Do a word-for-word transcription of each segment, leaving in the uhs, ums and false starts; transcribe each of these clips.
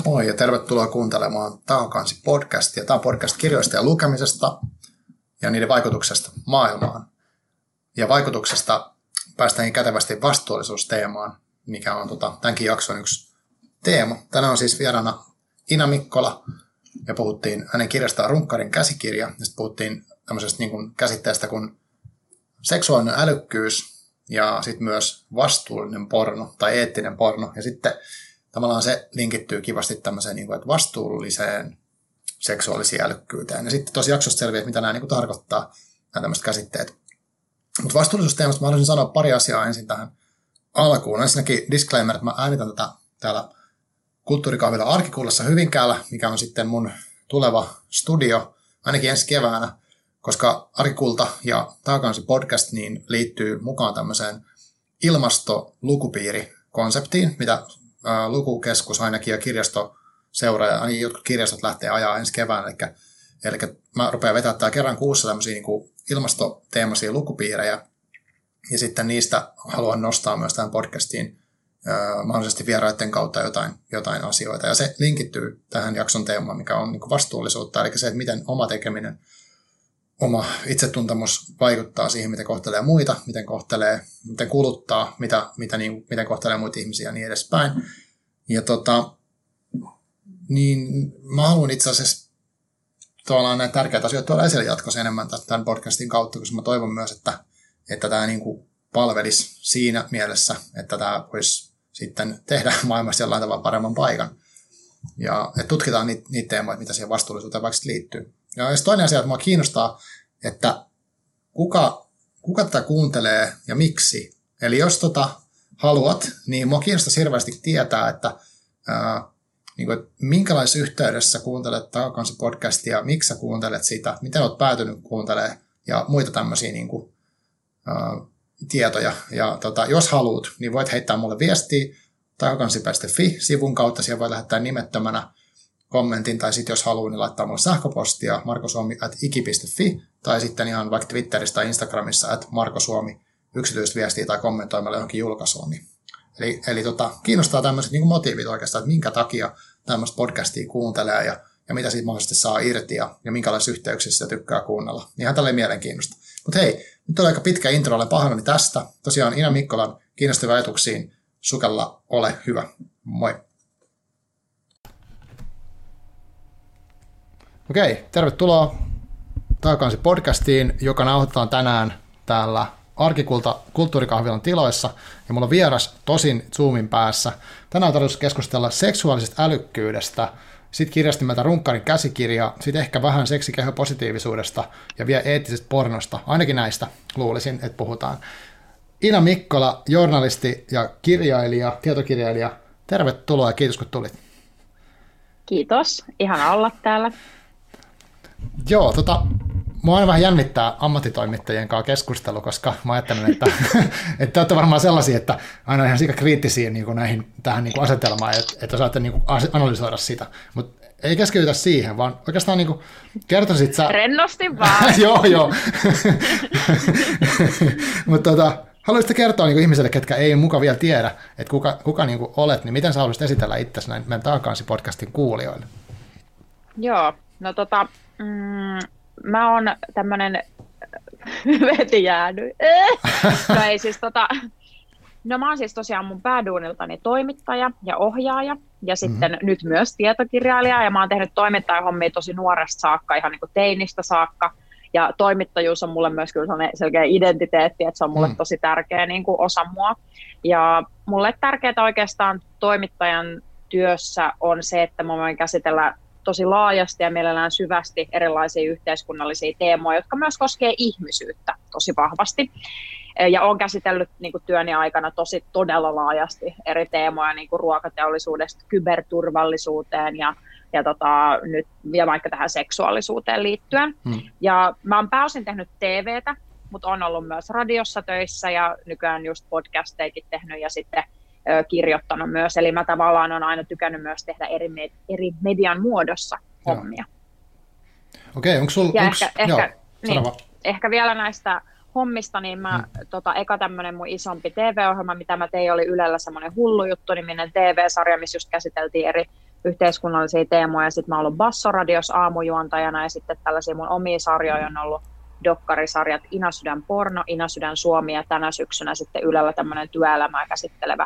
Moi ja tervetuloa kuuntelemaan Taakansi podcastia. Tämä on podcast kirjoista ja lukemisesta ja niiden vaikutuksesta maailmaan. Ja vaikutuksesta päästään kätevästi vastuullisuusteemaan, mikä on tota, tämänkin jakson yksi teema. Tänään on siis vieraana Ina Mikkola ja puhuttiin hänen kirjastaan Runkkarin käsikirja. Ja sitten puhuttiin tämmöisestä niin kuin käsitteestä kuin seksuaalinen älykkyys ja sitten myös vastuullinen porno tai eettinen porno. Ja sitten tavallaan se linkittyy kivasti tämmöiseen niin kuin, että vastuulliseen seksuaaliseen älykkyyteen. Ja sitten tuossa jaksossa selviää, mitä nämä niin kuin tarkoittaa, nämä tämmöiset käsitteet. Mutta vastuullisuusteemasta mä haluaisin sanoa pari asiaa ensin tähän alkuun. Ensinnäkin disclaimer, että mä äänitän tätä täällä Kulttuurikahvila Arkikullassa Hyvinkäällä, mikä on sitten mun tuleva studio, ainakin ensi keväänä, koska Arkikulta ja Taakansi podcast niin liittyy mukaan tämmöiseen ilmastolukupiirikonseptiin, mitä ää, lukukeskus ainakin ja kirjastoseura ja ainakin jotkut kirjastot lähtee ajaa ensi keväänä. Eli, eli mä rupean vetämään täällä kerran kuussa tämmöisiä niin kuin ilmastoteemaisia lukupiirejä, ja sitten niistä haluan nostaa myös tähän podcastiin ää, mahdollisesti vieraiden kautta jotain, jotain asioita. Ja se linkittyy tähän jakson teemaan, mikä on niin kuin vastuullisuutta, eli se, että miten oma tekeminen, oma itsetuntemus vaikuttaa siihen, miten kohtelee muita, miten kohtelee, miten kuluttaa, mitä, mitä niin, miten kohtelee muita ihmisiä ja niin edespäin. Ja tota, niin mä haluan itse asiassa tavallaan näitä tärkeitä asioita tuolla esille jatkossa enemmän tämän podcastin kautta, koska mä toivon myös, että, että tämä niin kuin palvelisi siinä mielessä, että tämä voisi sitten tehdä maailmassa jollain tavalla paremman paikan. Ja että tutkitaan niitä, niitä teemoja, mitä siihen vastuullisuuteen vaikka liittyy. Ja toinen asia, että minua kiinnostaa, että kuka, kuka tätä kuuntelee ja miksi. Eli jos tota haluat, niin minua kiinnostaisi hirveästi tietää, että, ää, niin kuin, että minkälaisessa yhteydessä kuuntelet Taakansi podcastia, miksi sä kuuntelet sitä, miten olet päätynyt kuuntelemaan ja muita tämmöisiä niin kuin, ää, tietoja. Ja tota, jos haluat, niin voit heittää mulle viestiä taakansi piste fi-sivun kautta, siellä voi lähettää nimettömänä kommentin, tai sitten jos haluaa, niin laittaa mulle sähköpostia markosuomi at iki piste fi, tai sitten ihan vaikka Twitterissä tai Instagramissa at markosuomi yksityistä viestiä tai kommentoimalla johonkin julkaisuun. Eli, eli tota, kiinnostaa tämmöiset niin kuin motiivit oikeastaan, että minkä takia tämmöistä podcastia kuuntelee ja, ja mitä siitä mahdollisesti saa irti ja, ja minkälaisissa yhteyksissä sitä tykkää kuunnella. Ihan tälleen mielenkiinnosta. Mutta hei, nyt on aika pitkä intro, olen pahoillani tästä. Tosiaan Ina Mikkolan kiinnostavia ajatuksiin sukella, ole hyvä. Moi. Okei, tervetuloa Taakansi podcastiin, joka nauhoitetaan tänään täällä Arkikulta Kulttuurikahvilan tiloissa. Ja mulla on vieras tosin Zoomin päässä. Tänään on tarkoitus keskustella seksuaalisesta älykkyydestä, sitten kirjasta nimeltä Runkkarin käsikirja, sitten ehkä vähän seksikehopositiivisuudesta ja vielä eettisestä pornosta. Ainakin näistä luulisin, että puhutaan. Ina Mikkola, journalisti ja kirjailija, tietokirjailija. Tervetuloa ja kiitos kun tulit. Kiitos, ihana olla täällä. Joo, tota, mua aina vähän jännittää ammattitoimittajien kanssa keskustelu, koska mä ajattelen, että, että te olette varmaan sellaisia, että aina ihan sika kriittisiä niin kuin näihin, tähän niin kuin asetelmaan, että, että saatte niin kuin analysoida sitä. Mutta ei keskitytä siihen, vaan oikeastaan niin kuin kertoisit sä... Rennosti vaan. joo, joo. Mutta tota, haluaisitko kertoa niin kuin ihmisille, ketkä ei muka vielä tiedä, että kuka, kuka niin kuin olet, niin miten sä haluaisit esitellä itsesi näin meidän Taakansi-podcastin kuulijoille? Joo, no tota... Mm, mä oon tämmönen veti jäänyt. No ei siis tota, no mä oon siis tosiaan mun pääduuniltani toimittaja ja ohjaaja ja sitten mm-hmm. nyt myös tietokirjailija ja mä oon tehnyt toimittajahommia tosi nuoresta saakka, ihan niin kuin teinistä saakka ja toimittajuus on mulle myös kyllä sellainen selkeä identiteetti, että se on mulle mm. tosi tärkeä niin kuin osa mua ja mulle tärkeää oikeastaan toimittajan työssä on se, että mä voin käsitellä tosi laajasti ja mielellään syvästi erilaisia yhteiskunnallisia teemoja, jotka myös koskee ihmisyyttä tosi vahvasti. Ja olen käsitellyt niin kuin työni aikana tosi todella laajasti eri teemoja niin kuin ruokateollisuudesta kyberturvallisuuteen ja, ja tota, nyt ja vaikka tähän seksuaalisuuteen liittyen. Hmm. Ja mä oon pääosin tehnyt T V:tä, mutta on ollut myös radiossa töissä ja nykyään just podcasteikin tehnyt ja sitten kirjoittanut myös, eli mä tavallaan olen aina tykännyt myös tehdä eri, med- eri median muodossa hommia. Okei, onko sulla... Ja onks, ehkä, joo, ehkä, niin, ehkä vielä näistä hommista, niin mä, hmm. tota, eka tämmöinen mun isompi T V-ohjelma, mitä mä tein, oli Ylellä semmoinen Hullu juttu, niminen T V-sarja, missä just käsiteltiin eri yhteiskunnallisia teemoja. Sitten mä oon ollut Bassoradios aamujuontajana ja sitten tällaisia mun omia sarjoja on ollut dokkarisarjat Inasydän porno, Inasydän Suomi ja tänä syksynä sitten Ylellä tämmöinen työelämää käsittelevä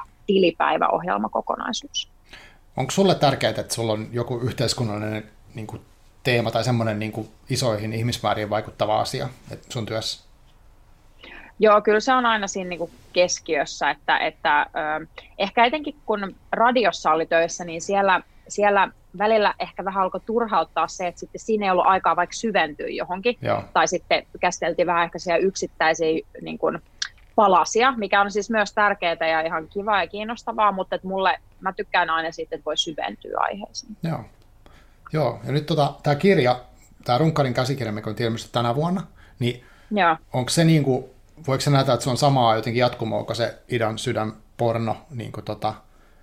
tilipäiväohjelmakokonaisuus. Onko sulle tärkeää, että sulla on joku yhteiskunnallinen niin kuin, teema tai semmoinen niin kuin, isoihin ihmismääriin vaikuttava asia että sun työssä? Joo, kyllä se on aina siinä niin kuin keskiössä, että, että äh, ehkä etenkin kun radiossa oli töissä, niin siellä, siellä välillä ehkä vähän alkoi turhauttaa se, että sitten siinä ei ollut aikaa vaikka syventyä johonkin, Joo. tai sitten käsiteltiin vähän ehkä siellä yksittäisiä niin kuin palasia, mikä on siis myös tärkeää ja ihan kivaa ja kiinnostavaa, mutta että mulle, mä tykkään aina siitä, että voi syventyä aiheisiin. Joo, Joo. Ja nyt tota, tämä kirja, tämä Runkkarin käsikirja, mikä on ilmestynyt tänä vuonna, niin Joo. onko se niin kuin, voiko se näyttää, että se on samaa jotenkin jatkumoa kuin se Idän sydän porno niin kuin tota,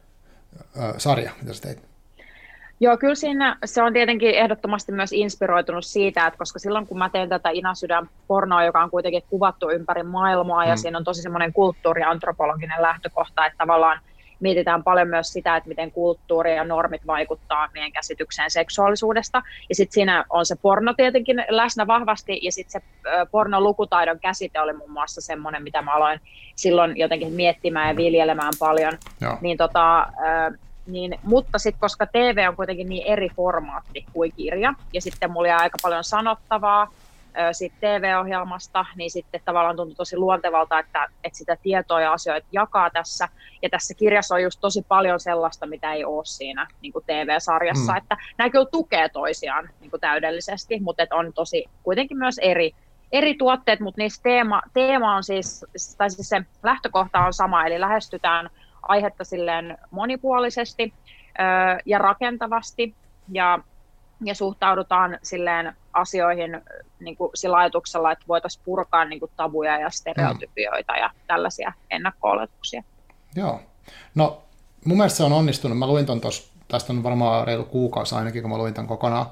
ö, sarja, mitä sä teit? Joo, kyllä siinä se on tietenkin ehdottomasti myös inspiroitunut siitä, että koska silloin kun mä teen tätä Inasydän pornoa, joka on kuitenkin kuvattu ympäri maailmaa, mm. ja siinä on tosi semmoinen kulttuuriantropologinen lähtökohta, että tavallaan mietitään paljon myös sitä, että miten kulttuuri ja normit vaikuttaa meidän käsitykseen seksuaalisuudesta. Ja sitten siinä on se porno tietenkin läsnä vahvasti, ja sitten se pornon lukutaidon käsite oli muun muassa semmoinen, mitä mä aloin silloin jotenkin miettimään ja viljelemään paljon. Joo. Niin tota... Niin, mutta sitten koska T V on kuitenkin niin eri formaatti kuin kirja, ja sitten mulla oli aika paljon sanottavaa ö, siitä T V-ohjelmasta, niin sitten tavallaan tuntui tosi luontevalta, että, että sitä tietoa ja asioita jakaa tässä. Ja tässä kirjassa on just tosi paljon sellaista, mitä ei ole siinä niin kuin T V-sarjassa, mm. että nämä kyllä tukee toisiaan niin kuin täydellisesti, mutta on tosi kuitenkin myös eri, eri tuotteet, mutta niissä teema, teema on siis, tai siis se lähtökohta on sama, eli lähestytään aihetta silleen monipuolisesti ö, ja rakentavasti ja, ja suhtaudutaan silleen asioihin niin kuin sillä ajatuksella, että voitaisiin purkaa niin kuin tabuja ja stereotypioita mm. ja tällaisia ennakko-oletuksia. Joo. No mun mielestä se on onnistunut. Mä luin ton tos, tästä on varmaan reilu kuukausi ainakin, kun mä luin ton kokonaan.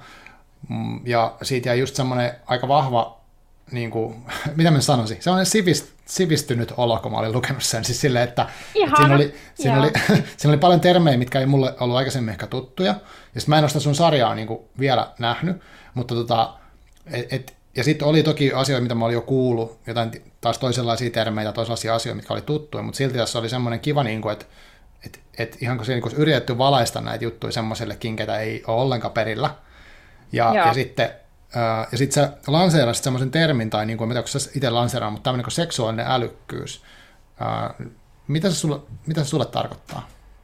Ja siitä jäi just semmoinen aika vahva niin kuin, mitä mä sanoisin, se on sivist, sivistynyt olo, kun mä olin lukenut sen, siis silleen, että, että siinä, oli, siinä, oli, siinä oli paljon termejä, mitkä ei mulle ollut aikaisemmin ehkä tuttuja, ja sitten mä en ole sitä sun sarjaa niin kuin vielä nähnyt, mutta tota, et, et, ja sitten oli toki asioita, mitä mä olin jo kuullut, jotain taas toisenlaisia termejä, toisenlaisia asioita, mitkä oli tuttuja, mutta silti tässä oli semmoinen kiva, niin kuin, että et, et ihan kun se niin kuin yritetty valaista näitä juttuja semmoisellekin, ketä ei ole ollenkaan perillä, ja, ja sitten ja sitten sä lanseerasit semmoisen termin, tai niin kuin, mitä kun sä itse lanseeraa, mutta tämmöinen kuin seksuaalinen älykkyys. Uh, mitä, se sulle, mitä se sulle tarkoittaa?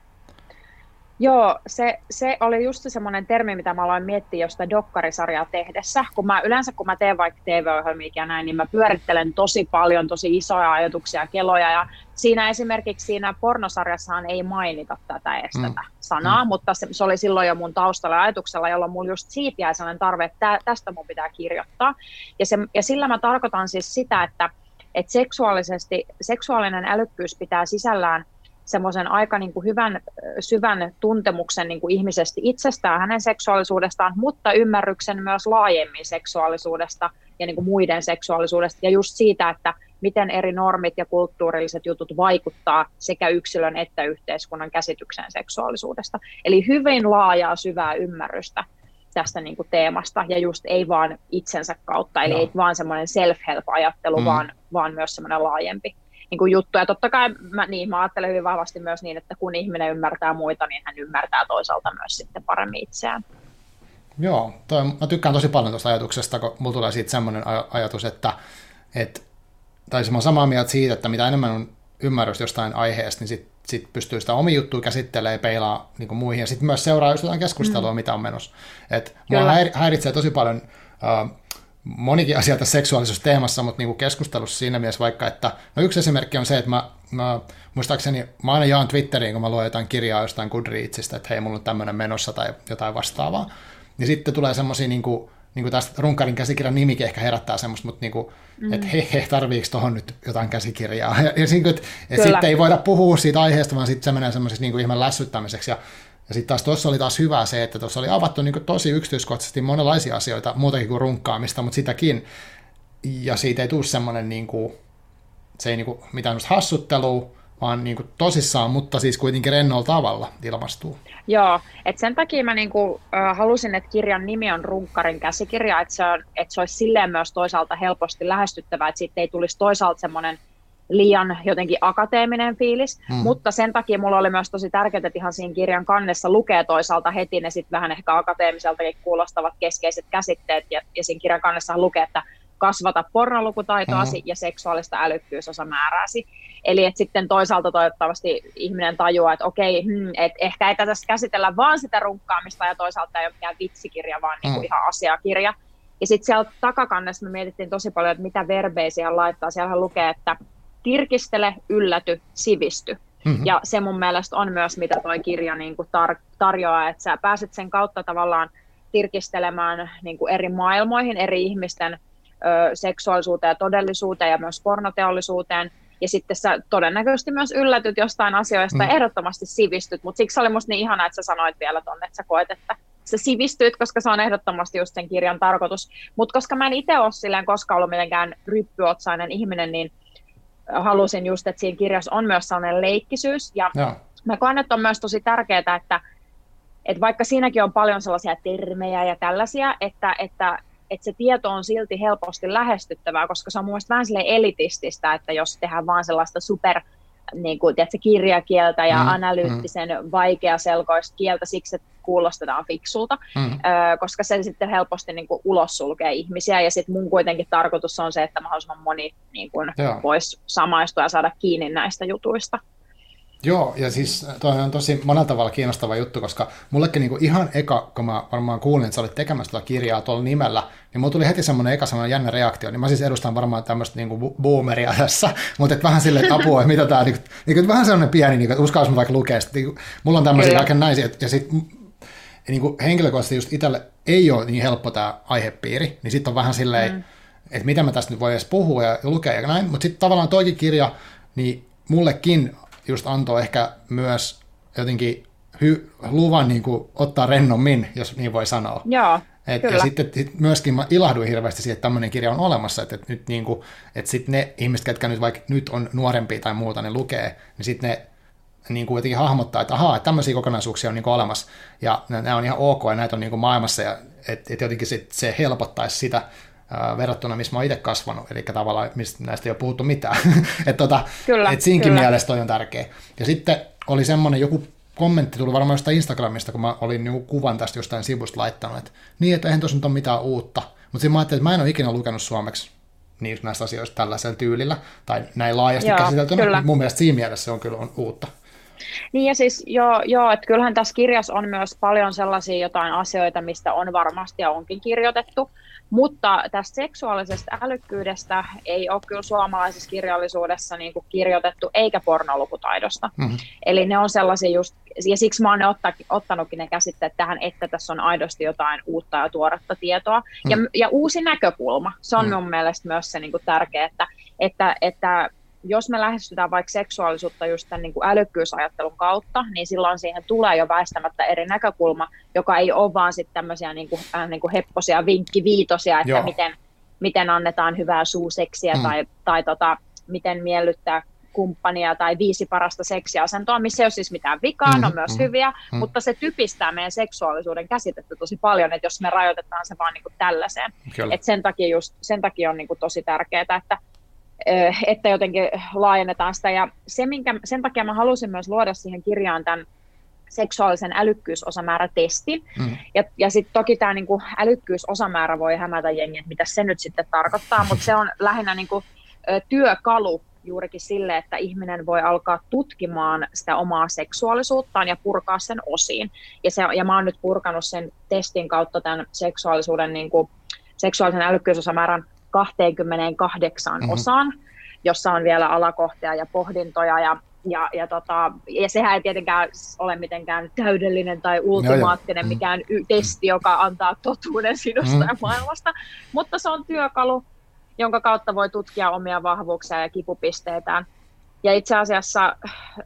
Joo, se, se oli just semmoinen termi, mitä mä aloin miettiä jostain dokkarisarjaa tehdessä. Kun mä, yleensä kun mä teen vaikka T V-ohjelmia ja näin, niin mä pyörittelen tosi paljon, tosi isoja ajatuksia ja keloja. Ja siinä esimerkiksi siinä pornosarjassahan ei mainita tätä edes mm. tätä sanaa, mm. mutta se, se oli silloin jo mun taustalla ajatuksella, jolloin mulla just siitä jäi sellainen tarve, että tästä mun pitää kirjoittaa. Ja, se, ja sillä mä tarkoitan siis sitä, että, että seksuaalisesti, seksuaalinen älykkyys pitää sisällään semmoisen aika niin kuin hyvän, syvän tuntemuksen niin kuin ihmisestä itsestään, hänen seksuaalisuudestaan, mutta ymmärryksen myös laajemmin seksuaalisuudesta ja niin kuin muiden seksuaalisuudesta. Ja just siitä, että miten eri normit ja kulttuurilliset jutut vaikuttaa sekä yksilön että yhteiskunnan käsitykseen seksuaalisuudesta. Eli hyvin laajaa, syvää ymmärrystä tästä niin kuin teemasta, ja just ei vaan itsensä kautta, eli no. ei vaan semmoinen self-help-ajattelu, mm. vaan, vaan myös semmoinen laajempi niin kuin juttu. Ja totta kai mä, niin, mä ajattelen hyvin vahvasti myös niin, että kun ihminen ymmärtää muita, niin hän ymmärtää toisaalta myös sitten paremmin itseään. Joo, toi, mä tykkään tosi paljon tuosta ajatuksesta, kun mulla tulee siitä semmoinen aj- ajatus, että, että tai mä oon samaa mieltä siitä, että mitä enemmän on ymmärrys jostain aiheesta, niin sitten sit pystyy sitä omia juttuja käsittelemään ja peilaa niin kuin muihin, ja sitten myös seuraa just jotain keskustelua, mm. mitä on menossa. Et mua häiritsee tosi paljon uh, monikin asia tässä seksuaalisuusteemassa, mutta niin kuin keskustelussa siinä mielessä vaikka, että no yksi esimerkki on se, että mä, mä muistaakseni, mä aina jaan Twitteriin, kun mä luen jotain kirjaa jostain Goodreadsista, että hei, mulla on tämmöinen menossa tai jotain vastaavaa, niin sitten tulee semmoisia, niin kuin, niin kuin tästä Runkkarin käsikirjan nimikin ehkä herättää semmoista, mutta niin kuin, mm. että he, he, tarviiko tuohon nyt jotain käsikirjaa, ja, ja niin, että, että sitten ei voida puhua siitä aiheesta, vaan sitten se menee semmoisessa niin kuin ihme lässyttämiseksi, ja Ja sitten taas tuossa oli taas hyvä se, että tuossa oli avattu niin kuin tosi yksityiskohtaisesti monenlaisia asioita, muutakin kuin runkkaamista, mutta sitäkin. Ja siitä ei tule semmoinen, niin kuin, se ei niin kuin, mitään hassuttelua, vaan niin kuin tosissaan, mutta siis kuitenkin rennolla tavalla ilmastuu. Joo, että sen takia mä niinku, äh, halusin, että kirjan nimi on Runkkarin käsikirja, että se, on, että se olisi silleen myös toisaalta helposti lähestyttävää, että siitä ei tulisi toisaalta semmoinen liian jotenkin akateeminen fiilis, hmm. mutta sen takia mulla oli myös tosi tärkeää, että ihan siinä kirjan kannessa lukee toisaalta heti ne sitten vähän ehkä akateemiseltakin kuulostavat keskeiset käsitteet, ja, ja siinä kirjan kannessa lukee, että kasvata pornolukutaitoasi hmm. ja seksuaalista älykkyysosamäärääsi. Eli että sitten toisaalta toivottavasti ihminen tajuaa, että okei, hmm, että ehkä ei tässä käsitellä vaan sitä runkkaamista, ja toisaalta ei ole mikään vitsikirja, vaan niinku hmm. ihan asiakirja. Ja sitten siellä takakannessa me mietittiin tosi paljon, että mitä verbejä siellä laittaa. Siellähän lukee, että tirkistele, ylläty, sivisty. Mm-hmm. Ja se mun mielestä on myös, mitä toi kirja niin kuin tar- tarjoaa, että sä pääset sen kautta tavallaan tirkistelemään niin kuin eri maailmoihin, eri ihmisten ö, seksuaalisuuteen ja todellisuuteen ja myös pornoteollisuuteen. Ja sitten sä todennäköisesti myös yllätyt jostain asioista mm. ja ehdottomasti sivistyt. Mutta siksi oli musta niin ihanaa, että sä sanoit vielä tonne, että sä koet, että sä sivistyt, koska se on ehdottomasti just sen kirjan tarkoitus. Mutta koska mä en itse ole silleen koskaan ollut mitenkään ryppyotsainen ihminen, niin halusin just, että siinä kirjassa on myös sellainen leikkisyys. Ja Joo. mä koen, että on myös tosi tärkeää, että, että vaikka siinäkin on paljon sellaisia termejä ja tällaisia, että, että, että se tieto on silti helposti lähestyttävää, koska se on mun mielestä vähän silleen elitististä, että jos tehdään vaan sellaista super niin kuin, tiedätkö, kirjakieltä ja mm, analyyttisen mm. vaikeaselkoista kieltä siksi, että kuulostetaan fiksulta, mm. ö, koska se sitten helposti niin kuin, ulos sulkee ihmisiä, ja sitten mun kuitenkin tarkoitus on se, että mahdollisimman moni niin kuin, voisi samaistua ja saada kiinni näistä jutuista. Joo, ja siis toi on tosi monella tavalla kiinnostava juttu, koska mullekin niinku ihan eka, kun mä varmaan kuulin, että sä olit tekemässä tuota kirjaa tuolla nimellä, niin mulla tuli heti semmoinen eka semmoinen jännä reaktio, niin mä siis edustan varmaan tämmöistä niinku boomeria tässä, mutta et vähän silleen, että apua, että mitä tää, niinku, niinku, vähän semmoinen pieni, niinku, uskallis mä vaikka lukea, sit, niinku, mulla on tämmöisiä kaiken naisia, ja sitten niinku, henkilökohtaisesti just itselle ei ole niin helppo tämä aihepiiri, niin sitten on vähän silleen, mm. että mitä mä tästä nyt voi edes puhua ja lukea ja näin, mutta sitten tavallaan toikin kirja, niin mullekin just antoi ehkä myös jotenkin hy- luvan niin kuin ottaa rennommin, jos niin voi sanoa. Joo, et, ja sitten sit myöskin mä ilahduin hirveästi siihen, että tämmöinen kirja on olemassa, että, että, nyt niin kuin, että sitten ne ihmiset, ketkä nyt vaikka nyt on nuorempia tai muuta, ne lukee, niin sitten ne niin kuin jotenkin hahmottaa, että ahaa, että tämmöisiä kokonaisuuksia on niin kuin olemassa, ja nämä on ihan ok, ja näitä on niin kuin maailmassa, ja että et jotenkin sit se helpottaisi sitä, verrattuna, missä mä oon itse kasvanut, eli tavallaan mistä näistä ei ole puhuttu mitään. että tota, et siinäkin kyllä. mielessä toi on tärkeä. Ja sitten oli semmoinen joku kommentti, tuli varmaan jostain Instagramista, kun mä olin joku kuvan tästä jostain sivusta laittanut, että niin, että eihän tuossa nyt ole mitään uutta. Mutta sitten mä ajattelin, että mä en ole ikinä lukenut suomeksi niin näistä asioista tällaisella tyylillä, tai näin laajasti Joo, käsiteltynä. Kyllä. Mun mielestä siinä mielessä se on kyllä on uutta. Niin ja siis joo, joo, että kyllähän tässä kirjassa on myös paljon sellaisia jotain asioita, mistä on varmasti ja onkin kirjoitettu, mutta tästä seksuaalisesta älykkyydestä ei ole kyllä suomalaisessa kirjallisuudessa niin kuin kirjoitettu, eikä pornolukutaidosta. Mm-hmm. Eli ne on sellaisia just, ja siksi mä oon ne otta, ottanutkin ne käsitteet tähän, että tässä on aidosti jotain uutta ja tuoretta tietoa. Mm-hmm. Ja, ja uusi näkökulma, se on mm-hmm. mun mielestä myös se niin kuin tärkeä, että, että, että jos me lähestytään vaikka seksuaalisuutta just tämän niin kuin älykkyysajattelun kautta, niin silloin siihen tulee jo väistämättä eri näkökulma, joka ei ole vaan sitten tämmöisiä niin kuin, äh, niin kuin hepposia vinkkiviitosia, että miten, miten annetaan hyvää suuseksiä mm. tai, tai tota, miten miellyttää kumppania tai viisi parasta seksiasentoa, missä ei ole siis mitään vikaa, mm, on myös mm, hyviä, mm. mutta se typistää meidän seksuaalisuuden käsitettä tosi paljon, että jos me rajoitetaan se vaan niin kuin tällaiseen. Että sen takia, just, sen takia on niin kuin tosi tärkeää, että että jotenkin laajennetaan sitä. Ja se, minkä, sen takia mä halusin myös luoda siihen kirjaan tämän seksuaalisen älykkyysosamäärätestin. Mm. Ja, ja sitten toki tämä niinku älykkyysosamäärä voi hämätä jengiä, että mitä se nyt sitten tarkoittaa, mutta se on lähinnä niinku, työkalu juurikin sille, että ihminen voi alkaa tutkimaan sitä omaa seksuaalisuuttaan ja purkaa sen osiin. Ja, se, ja mä oon nyt purkanut sen testin kautta tämän seksuaalisuuden, niinku, seksuaalisen älykkyysosamäärän kaksikymmentäkahdeksan mm-hmm. osaan, jossa on vielä alakohtia ja pohdintoja, ja, ja, ja, tota, ja sehän ei tietenkään ole mitenkään täydellinen tai ultimaattinen no, mikään y- testi, joka antaa totuuden sinusta mm-hmm. ja maailmasta, mutta se on työkalu, jonka kautta voi tutkia omia vahvuuksia ja kipupisteitään. Ja itse asiassa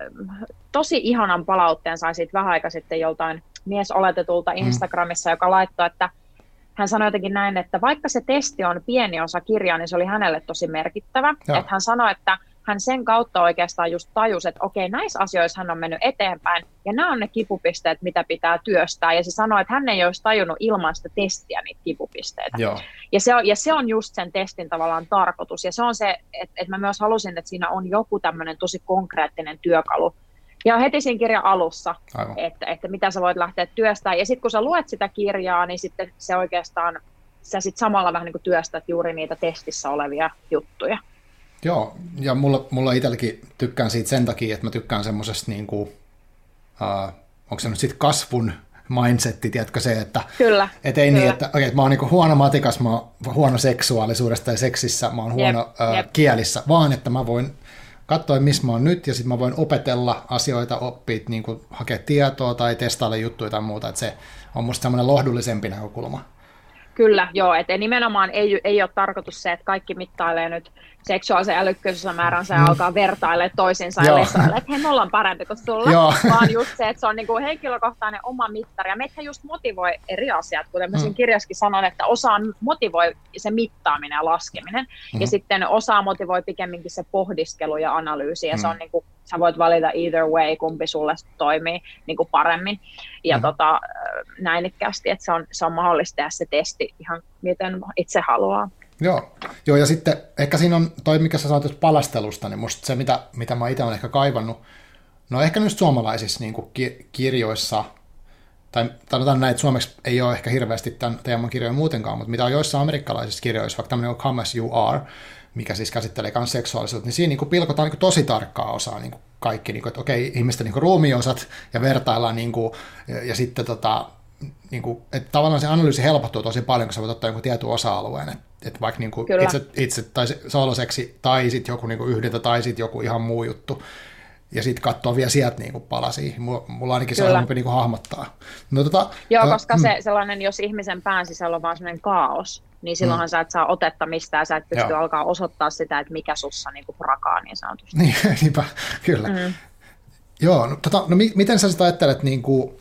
tosi ihanan palautteen sai siitä vähän aika sitten joltain miesoletetulta Instagramissa, mm-hmm. joka laittoi, että hän sanoi jotenkin näin, että vaikka se testi on pieni osa kirjaa, niin se oli hänelle tosi merkittävä. Että hän sanoi, että hän sen kautta oikeastaan just tajusi, että okei, näissä asioissa hän on mennyt eteenpäin, ja nämä on ne kipupisteet, mitä pitää työstää, ja se sanoi, että hän ei olisi tajunnut ilman sitä testiä niitä kipupisteitä. Joo. Ja se, on, ja se on just sen testin tavallaan tarkoitus, ja se on se, että, että mä myös halusin, että siinä on joku tämmöinen tosi konkreettinen työkalu, ja heti siinä kirjan alussa, että, että mitä sä voit lähteä työstämään, ja sitten kun sä luet sitä kirjaa, niin sitten se oikeastaan, sä sitten samalla vähän niin kuin työstät juuri niitä testissä olevia juttuja. Joo, ja mulla, mulla itselläkin tykkään siitä sen takia, että mä tykkään semmoisesta, niin kuin, uh, onko se nyt sitten kasvun mindsetti, tiedätkö se, että kyllä, et ei kyllä. niin, että, okay, että mä oon niin huono matikas, mä oon huono seksuaalisuudesta tai seksissä, mä oon huono jep, uh, jep. kielissä, vaan että mä voin katsoa, missä mä oon nyt, ja sitten mä voin opetella asioita, oppia, niin kuin hakea tietoa tai testailla juttuja tai muuta, että se on musta semmoinen lohdullisempi näkökulma. Kyllä, joo, että nimenomaan ei, ei ole tarkoitus se, että kaikki mittailee nyt seksuaalisen älykkyysosamääränsä ja mm. alkaa vertailemaan toisinsa ja lesailee, että hei, me ollaan parempi kuin sulla, joo. vaan just se, että se on niin kuin henkilökohtainen oma mittari, ja meitä just motivoi eri asiat, kuten mä siinä mm. kirjassakin sanon, että osa motivoi se mittaaminen ja laskeminen, mm. ja sitten osa motivoi pikemminkin se pohdiskelu ja analyysi, ja mm. se on niin kuin, sä voit valita either way, kumpi sulle toimii niin kuin paremmin, ja mm. tota, näinikkästi, että se on, se on mahdollista tehdä se testi ihan miten itse haluaa. Joo. Joo, ja sitten ehkä siinä on toi, mikä sä sanoit palastelusta, niin musta se, mitä, mitä mä itse olen ehkä kaivannut, no ehkä nyt suomalaisissa niin kuin ki- kirjoissa, tai sanotaan näin, että suomeksi ei ole ehkä hirveästi tämän teeman kirjoja muutenkaan, mutta mitä on joissain amerikkalaisissa kirjoissa, vaikka tämmöinen kuin Come As You Are, mikä siis käsittelee myös seksuaalisuutta, niin siinä niin kuin pilkotaan niin kuin tosi tarkkaa osaa niin kuin kaikki, niin kuin, että okei, ihmisten niin kuin ruumiosat ja vertaillaan, niin kuin, ja, ja sitten tota, niin kuin, että tavallaan se analyysi helpottuu tosi paljon, kun sä voit ottaa jonkun tietyn osa-alueen, että, että vaikka niin kuin itse, itse tai sooloseksi tai sitten joku niin kuin yhdeltä tai sitten joku ihan muu juttu, ja sitten katsoa vielä sieltä niin kuin palasia. Mulla ainakin se on helpompi niin kuin hahmottaa. No, tota, Joo, koska mm. se sellainen, jos ihmisen pään sisällä on vaan sellainen kaos, niin silloinhan mm. sä et saa otetta mistään, sä et pysty Joo. alkaa osoittaa sitä, että mikä sussa niin kuin prakaa niin sanotusti. Niin, niinpä, kyllä. Mm. Joo, no, tota, no miten sä sitä ajattelet, niin kuin,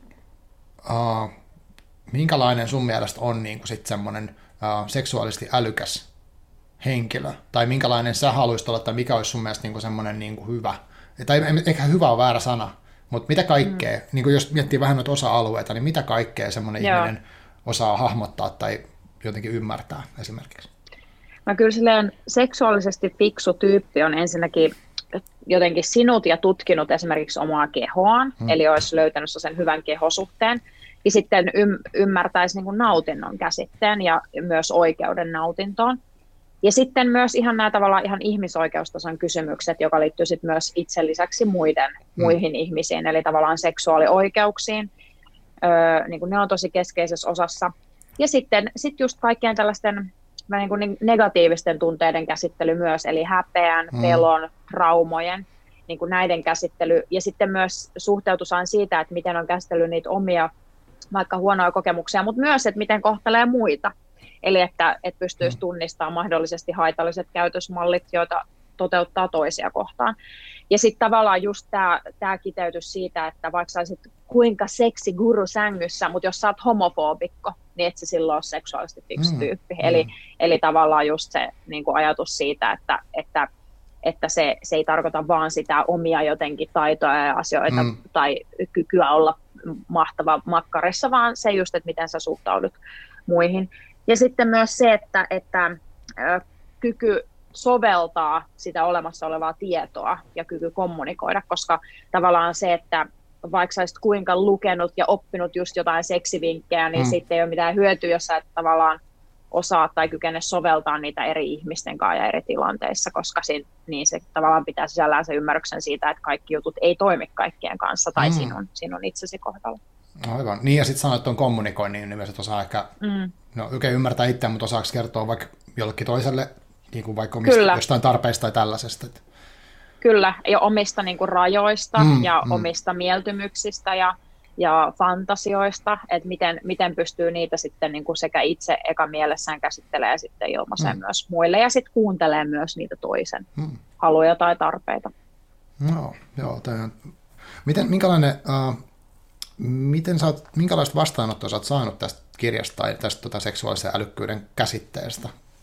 uh, minkälainen sun mielestä on niin kuin sit semmoinen uh, seksuaalisesti älykäs henkilö, tai minkälainen sä haluaisit olla, tai mikä olisi sun mielestä niin kuin semmoinen niin kuin hyvä, tai ehkä hyvä on väärä sana, mutta mitä kaikkea, mm. niin kuin jos miettii vähän noita osa-alueita, niin mitä kaikkea semmoinen Joo. ihminen osaa hahmottaa tai jotenkin ymmärtää esimerkiksi? Mä kyllä silleen seksuaalisesti fiksu tyyppi on ensinnäkin jotenkin sinut ja tutkinut esimerkiksi omaa kehoaan, hmm. eli olisi löytänyt sen hyvän kehosuhteen, ja sitten ym- ymmärtäisi niin kuin nautinnon käsitteen ja myös oikeuden nautintoon. Ja sitten myös ihan nämä tavallaan ihan ihmisoikeustason kysymykset, joka liittyy sitten myös itse lisäksi muiden, hmm. muihin ihmisiin, eli tavallaan seksuaalioikeuksiin. Öö, niin kuin ne on tosi keskeisessä osassa. Ja sitten sit just kaikkien tällaisten niin kuin negatiivisten tunteiden käsittely myös, eli häpeän, mm. pelon, traumojen, niin kuin näiden käsittely. Ja sitten myös suhteutus aina siitä, että miten on käsitellyt niitä omia vaikka huonoja kokemuksia, mutta myös, että miten kohtelee muita. Eli että, että pystyisi mm. tunnistamaan mahdollisesti haitalliset käytösmallit, joita toteuttaa toisia kohtaan. Ja sitten tavallaan just tämä, tämä kiteytys siitä, että vaikka sä olisit kuinka seksi guru sängyssä, mutta jos sä oot homofobikko, niin et sä silloin ole seksuaalisesti fiksu mm. tyyppi. Mm. Eli, eli tavallaan just se niin kuin ajatus siitä, että, että, että se, se ei tarkoita vaan sitä omia jotenkin taitoja ja asioita mm. tai kykyä olla mahtava makkarissa, vaan se just, että miten sä suhtaudut muihin. Ja sitten myös se, että, että ö, kyky soveltaa sitä olemassa olevaa tietoa ja kyky kommunikoida, koska tavallaan se, että vaikka sä olisit kuinka lukenut ja oppinut just jotain seksivinkkejä, niin mm. sitten ei ole mitään hyötyä, jos sä et tavallaan osaa tai kykene soveltaa niitä eri ihmisten kanssa ja eri tilanteissa, koska siinä, niin se tavallaan pitää sisällään se ymmärryksen siitä, että kaikki jutut ei toimi kaikkien kanssa tai mm. sinun, sinun itsesi kohdalla. Aivan. Niin ja sitten sanoit tuon kommunikoinnin, niin myös osaa ehkä, mm. no oikein ymmärtää itse, mutta osaako kertoa vaikka jollekin toiselle, niin kuin vaikka omista, jostain tarpeista tai tällaisesta. Kyllä, ja omista niin kuin rajoista mm, ja mm. omista mieltymyksistä ja, ja fantasioista, että miten, miten pystyy niitä sitten niin kuin sekä itse eka mielessään käsittelee ja sitten ilmaisee mm. myös muille ja sitten kuuntelee myös niitä toisen mm. haluja tai tarpeita. No, joo, tämän. Miten, minkälainen, uh, miten sä oot, minkälaista vastaanottoa sä oot saanut tästä kirjasta tai tästä tota, seksuaalisen älykkyyden käsitteestä?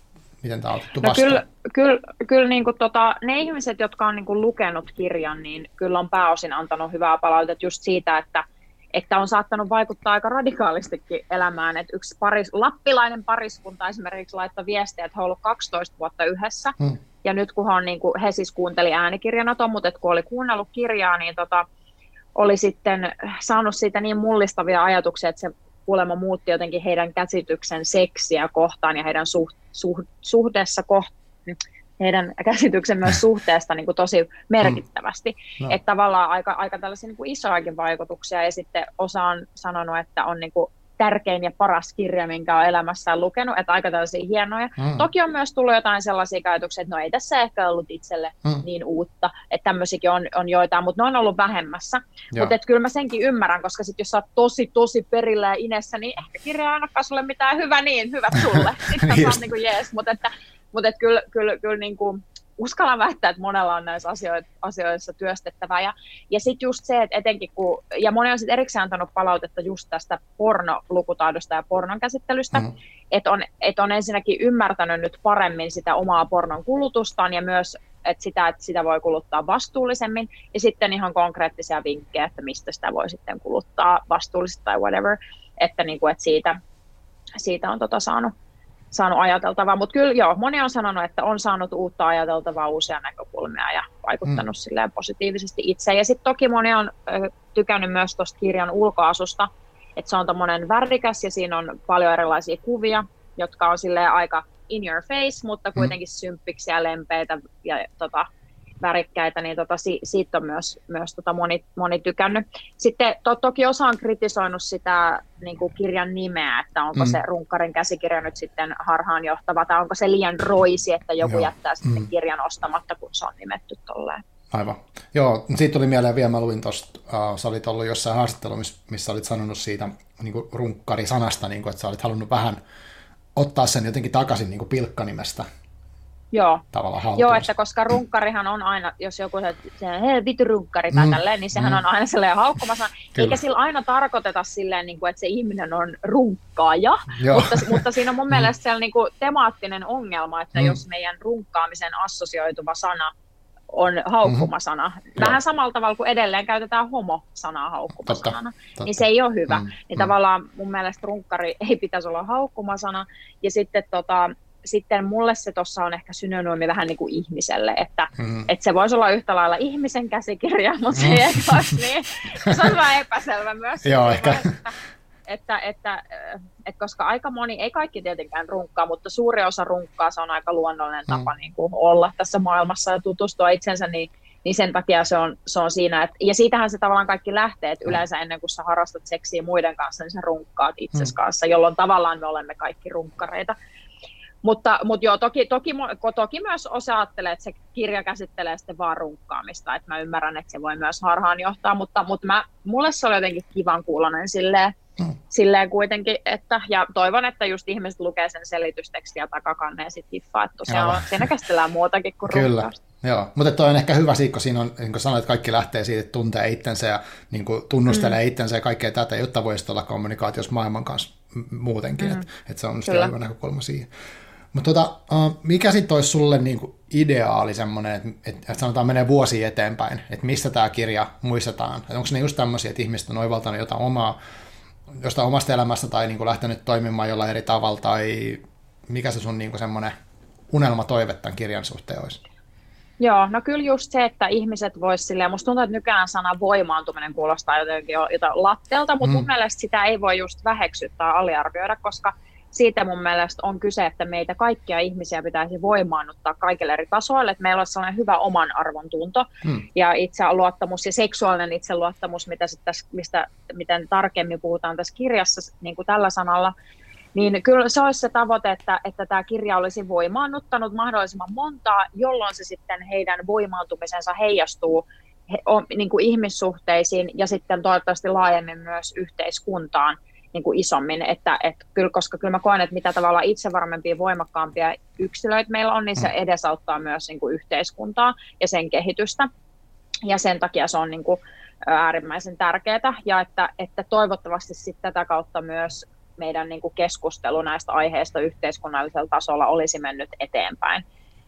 miten tämä on otettu No vastaan? kyllä, kyllä, kyllä niin kuin tota, ne ihmiset, jotka on niin kuin lukenut kirjan, niin kyllä on pääosin antanut hyvää palautetta just siitä, että, että on saattanut vaikuttaa aika radikaalistikin elämään. Että yksi paris, lappilainen pariskunta esimerkiksi laittoi viestiä, että he ovat olleet kaksitoista vuotta yhdessä. Hmm. Ja nyt kun he, on, niin kuin, he siis kuunteli äänikirjana ton, mutta kun oli kuunnellut kirjaa, niin tota, oli sitten saanut siitä niin mullistavia ajatuksia, että se kuulemma muutti jotenkin heidän käsityksen seksiä kohtaan ja heidän suht, suht, suhteessa kohtaan, heidän käsityksen myös suhteesta niin kuin tosi merkittävästi. Mm. No. Että tavallaan aika, aika tällaisia niin kuin isoakin vaikutuksia, ja sitten osa on sanonut, että on niin kuin tärkein ja paras kirja, minkä on elämässään lukenut, että aika tällaisia hienoja. Mm. Toki on myös tullut jotain sellaisia ajatuksia, että no ei tässä ehkä ollut itselle mm. niin uutta, että tämmöisiäkin on, on joitain, mutta ne on ollut vähemmässä. Mutta kyllä mä senkin ymmärrän, koska sitten jos sä oot tosi, tosi perillä ja inessä, niin ehkä kirja ei ainakaan sulle mitään hyvä niin, hyvät sulle. Sitten sä oot niin kuin jees, mutta että, mutta että kyllä, kyllä, kyllä niin kuin uskallan väittää, että monella on näissä asioissa työstettävää. Ja, ja sitten just se, että etenkin kun, ja moni on sitten erikseen antanut palautetta just tästä pornolukutaidosta ja pornon käsittelystä, mm. että on, et on ensinnäkin ymmärtänyt nyt paremmin sitä omaa pornon kulutustaan ja myös että sitä, että sitä voi kuluttaa vastuullisemmin. Ja sitten ihan konkreettisia vinkkejä, että mistä sitä voi sitten kuluttaa vastuullisesti tai whatever. Että, niin kuin, että siitä, siitä on tota saanut. saanut ajateltavaa, mutta kyllä joo, moni on sanonut, että on saanut uutta ajateltavaa, uusia näkökulmia ja vaikuttanut mm. silleen positiivisesti itse. Ja sitten toki moni on ö, tykännyt myös tuosta kirjan ulkoasusta, että se on tommonen värikäs ja siinä on paljon erilaisia kuvia, jotka on silleen aika in your face, mutta kuitenkin mm. symppiksiä ja lempeitä ja tota, värikkäitä, niin tota, si, siitä on myös, myös tota moni, moni tykännyt. Sitten to, toki osa on kritisoinut sitä niin kuin kirjan nimeä, että onko mm. se runkkarin käsikirja nyt sitten harhaanjohtava, tai onko se liian roisi, että joku Joo. jättää sitten mm. kirjan ostamatta, kun se on nimetty tolleen. Aivan. Joo, siitä tuli mieleen vielä, mä luin tuosta, uh, sä olit ollut jossain haastattelussa, missä olit sanonut siitä niin kuin runkkari-sanasta, niin kuin, että sä olit halunnut vähän ottaa sen jotenkin takaisin niin kuin pilkkanimestä. Joo. Tavallaan Joo, että koska runkkarihan on aina, jos joku se hei vitu runkkari tai mm, tälleen, niin sehän mm. on aina silleen haukkumassa. Eikä sillä aina tarkoiteta silleen, niin kuin, että se ihminen on runkkaaja, mutta, mutta siinä on mun mielestä siellä niin kuin temaattinen ongelma, että mm. jos meidän runkkaamisen assosioituva sana on haukkumasana, mm-hmm. vähän Joo. samalla tavalla kuin edelleen käytetään homo-sanaa haukkumasanana, totta, totta. niin se ei ole hyvä. Mm, niin mm. tavallaan mun mielestä runkkari ei pitäisi olla haukkumasana, ja sitten tota, sitten mulle se tuossa on ehkä synonyymi vähän niin kuin ihmiselle, että, mm. että se voisi olla yhtä lailla ihmisen käsikirja, mutta se ei olisi niin. Se on vähän epäselvä myös. Joo, ehkä. Että, että, että, että koska aika moni, ei kaikki tietenkään runkkaa, mutta suuri osa runkkaa, se on aika luonnollinen tapa mm. niin kuin olla tässä maailmassa ja tutustua itsensä, niin, niin sen takia se on, se on siinä. Että, ja siitähän se tavallaan kaikki lähtee, että yleensä ennen kuin sä harrastat seksiä muiden kanssa, niin sä runkkaat itsesi mm. kanssa, jolloin tavallaan me olemme kaikki runkkareita. Mutta, mutta joo, toki, toki, toki myös osa ajattelee, että se kirja käsittelee sitten vaan runkkaamista, että mä ymmärrän, että se voi myös harhaan johtaa, mutta, mutta mä, mulle se oli jotenkin kivan kuulonen silleen, mm. silleen kuitenkin, että, ja toivon, että just ihmiset lukee sen selitystekstiä takakanneen sitten hiffaa, että tosiaan on, siinä käsitellään muutakin kuin runkkaasta. Joo, mutta toi on ehkä hyvä siikko, siinä on, niin kuin sanoit, että kaikki lähtee siitä, että tuntee itsensä ja niin kuin tunnustelee mm. itsensä ja kaikkea tätä, jotta voisi olla kommunikaatiossa maailman kanssa muutenkin, mm. että, että se on sitten hyvä näkökulma siihen. Mutta tota, mikä sitten olisi sulle niinku ideaali semmoinen, että et, et sanotaan menee vuosi eteenpäin, että mistä tämä kirja muistetaan? Et onko ne just tämmöisiä, että ihmiset on oivaltanut jotain omaa, jostain omasta elämästä tai niinku lähtenyt toimimaan jollain eri tavalla, tai mikä se sun niinku semmoinen unelmatoive tämän kirjan suhteen olisi? Joo, no kyllä just se, että ihmiset vois silleen, musta tuntuu, että nykyään sana voimaantuminen kuulostaa jotenkin jotain latteelta, mutta mm. mun mielestä sitä ei voi just väheksyttää, aliarvioida, koska siitä mun mielestä on kyse, että meitä kaikkia ihmisiä pitäisi voimaannuttaa kaikille eri tasoille, että meillä olisi sellainen hyvä oman arvon tunto hmm. ja itseluottamus ja seksuaalinen itseluottamus, mitä sit tässä, mistä, miten tarkemmin puhutaan tässä kirjassa niin kuin tällä sanalla, niin kyllä se olisi se tavoite, että, että tämä kirja olisi voimaannuttanut mahdollisimman montaa, jolloin se sitten heidän voimaantumisensa heijastuu he, on, niin kuin ihmissuhteisiin ja sitten toivottavasti laajemmin myös yhteiskuntaan. Niin kuin isommin, että, että kyllä, koska kyllä mä koen, että mitä tavallaan itsevarmempia, voimakkaampia yksilöitä meillä on, niin se edesauttaa myös niin kuin yhteiskuntaa ja sen kehitystä, ja sen takia se on niin kuin äärimmäisen tärkeää, ja että, että toivottavasti sitten tätä kautta myös meidän niin kuin keskustelu näistä aiheista yhteiskunnallisella tasolla olisi mennyt eteenpäin.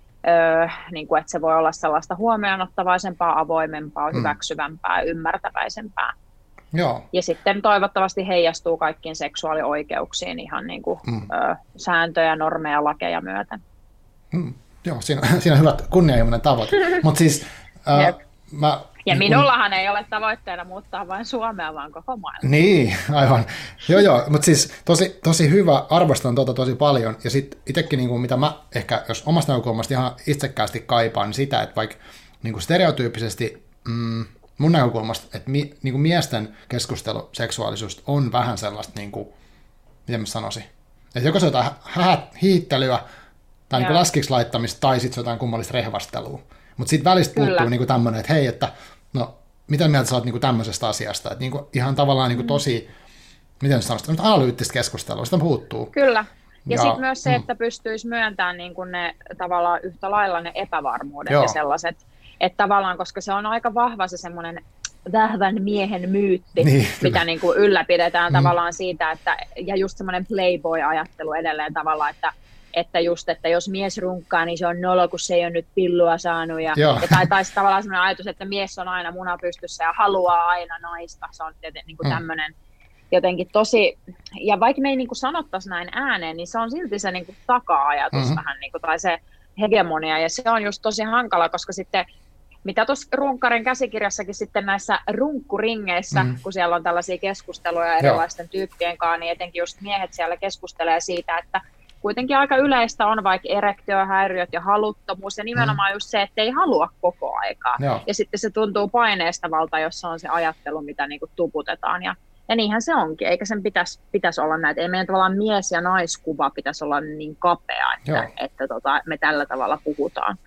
Öö, niin kuin, että se voi olla sellaista huomionottavaisempaa, avoimempaa, mm. hyväksyvämpää, ymmärtäväisempää. Joo. Ja sitten toivottavasti heijastuu kaikkiin seksuaalioikeuksiin ihan niin kuin, mm. ö, sääntöjä, normeja, lakeja myöten. Mm. Joo, siinä, siinä on hyvä kunnianhimoinen tavoite. Mut siis, äh, mä, ja minullahan kun... ei ole tavoitteena muuttaa vain Suomea, vaan koko maailma. Niin, aivan. Joo, joo, mutta siis tosi, tosi hyvä, arvostan tuota tosi paljon. Ja sitten itsekin, niin kuin, mitä mä ehkä, jos omasta näkökulmasta ihan itsekkäästi kaipaan, niin sitä, että vaikka niin kuin stereotyyppisesti... Mm, mun näkökulmasta, että mi, niin kuin miesten keskustelu seksuaalisuudesta on vähän sellaista, niin kuin, miten mä sanoisin, että joko se on jotain hä- hiittelyä tai niin kuin laskiksi laittamista, tai sitten se on jotain kummallista rehvastelua. Mutta siitä välistä Kyllä. puuttuu niin kuin tämmöinen, että hei, että no, mitä mieltä sä oot niin kuin tämmöisestä asiasta, että niin kuin, ihan tavallaan niin kuin tosi, miten sä sanoisit, analyyttistä keskustelua, sitä puuttuu. Kyllä. Ja, ja sitten myös se, että pystyisi myöntämään niin kuin ne tavallaan yhtä lailla ne epävarmuudet Joo. ja sellaiset, että tavallaan, koska se on aika vahva se semmoinen vahvan miehen myytti, niin, mitä niin kuin ylläpidetään mm. tavallaan siitä, että, ja just semmoinen playboy-ajattelu edelleen tavallaan, että, että just, että jos mies runkkaa, niin se on nolo, kun se ei ole nyt pillua saanut, ja, ja tai, tai tavallaan semmoinen ajatus, että mies on aina muna pystyssä ja haluaa aina naista, se on niin kuin mm. tämmöinen jotenkin tosi, ja vaikka me ei niin kuin sanottaisi näin ääneen, niin se on silti se niin kuin taka-ajatus mm-hmm. vähän, niin kuin, tai se hegemonia, ja se on just tosi hankala, koska sitten mitä tuossa Runkkarin käsikirjassakin sitten näissä runkkuringeissä, mm. kun siellä on tällaisia keskusteluja erilaisten Joo. tyyppien kanssa, niin etenkin just miehet siellä keskustelee siitä, että kuitenkin aika yleistä on vaikka erektiohäiriöt ja haluttomuus, ja nimenomaan mm. just se, että ei halua koko aikaa. Joo. Ja sitten se tuntuu paineestavalta, jossa on se ajattelu, mitä niinku tuputetaan. Ja, ja niinhän se onkin, eikä sen pitäisi, pitäisi olla näitä. Ei meidän tavallaan mies- ja naiskuva pitäisi olla niin kapea, että, että, että tota, me tällä tavalla puhutaan.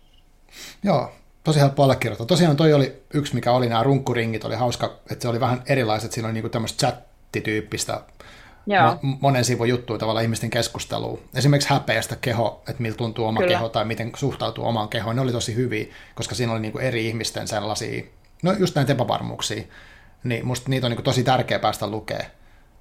Joo. Tosi helppo allekirjoittaa. Tosiaan toi oli yksi, mikä oli nämä runkkuringit, oli hauska, että se oli vähän erilaiset, siinä oli niinku tämmöistä chattityyppistä Joo. monen sivun juttua tavallaan ihmisten keskustelua. Esimerkiksi häpeästä keho, että miltä tuntuu oma Kyllä. keho tai miten suhtautuu omaan kehoon, ne oli tosi hyviä, koska siinä oli niinku eri ihmisten sellaisia, no just näitä epävarmuuksia, niin musta niitä on niinku tosi tärkeä päästä lukemaan,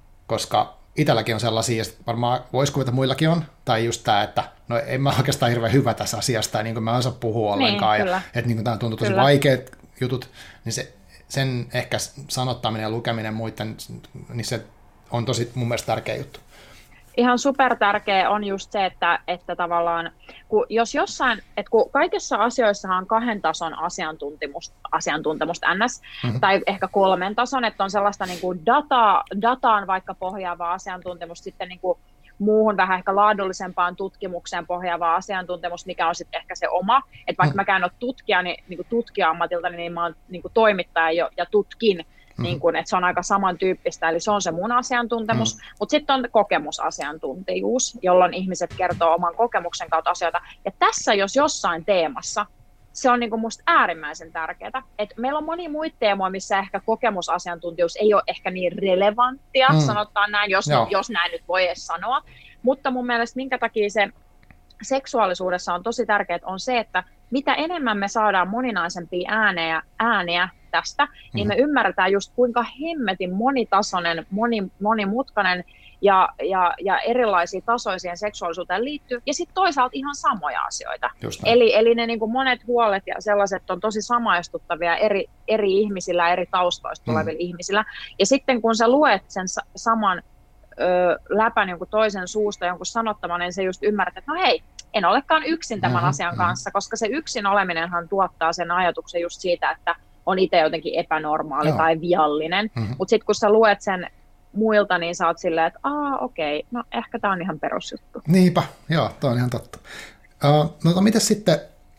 koska itselläkin on sellaisia, ja varmaan voisi kuvata muillakin on, tai just tämä, että no en mä oikeastaan hirveän hyvä tässä asiasta, ja niin kuin mä en osaa puhua ollenkaan, niin, ja että niin kuin tämä tuntuu tosi kyllä. vaikeat jutut, niin se, sen ehkä sanottaminen ja lukeminen muiden, niin se on tosi mun mielestä tärkeä juttu. Ihan supertärkeä on just se, että, että tavallaan, kun jos jossain, että kun kaikissa asioissahan on kahden tason asiantuntemusta, asiantuntemusta ns, mm-hmm. tai ehkä kolmen tason, että on sellaista niin kuin data, dataan vaikka pohjaavaa asiantuntemusta, sitten niin kuin muuhun vähän ehkä laadullisempaan tutkimukseen pohjaavaa asiantuntemusta, mikä on sitten ehkä se oma, että vaikka mm. mäkään ole tutkija, niin, niin kuin tutkija-ammatilta, niin mä oon niin kuin toimittaja jo, ja tutkin, Mm-hmm. Niin kun, että se on aika samantyyppistä, eli se on se mun asiantuntemus, mm-hmm. mutta sitten on kokemusasiantuntijuus, jolloin ihmiset kertoo oman kokemuksen kautta asioita. Ja tässä, jos jossain teemassa, se on niin kuin musta äärimmäisen tärkeää. Et meillä on moni muita teemoja, missä ehkä kokemusasiantuntijuus ei ole ehkä niin relevanttia, mm. sanotaan näin, jos, jos näin nyt voi edes sanoa. Mutta mun mielestä minkä takia se seksuaalisuudessa on tosi tärkeää, on se, että mitä enemmän me saadaan moninaisempia ääniä, ääniä tästä, niin me ymmärretään just kuinka hemmetin monitasoinen, moni, monimutkainen ja, ja, ja erilaisia tasoisia seksuaalisuuteen liittyy, ja sitten toisaalta ihan samoja asioita. Eli, eli ne niin kuin monet huolet ja sellaiset on tosi samaistuttavia eri, eri ihmisillä, eri taustoista tulevilla mm. ihmisillä, ja sitten kun sä luet sen saman ö, läpän jonkun toisen suusta, jonkun sanottaman, niin sä just ymmärrät, että no hei, en olekaan yksin tämän mm-hmm. asian kanssa, koska se yksin oleminenhan tuottaa sen ajatuksen just siitä, että on itse jotenkin epänormaali Joo. tai viallinen, mm-hmm. mutta sitten kun sä luet sen muilta, niin sä oot silleen, että aa okei, no ehkä tää on ihan perusjuttu. Niinpä, joo, tää on ihan totta. Uh, no, no miten sitten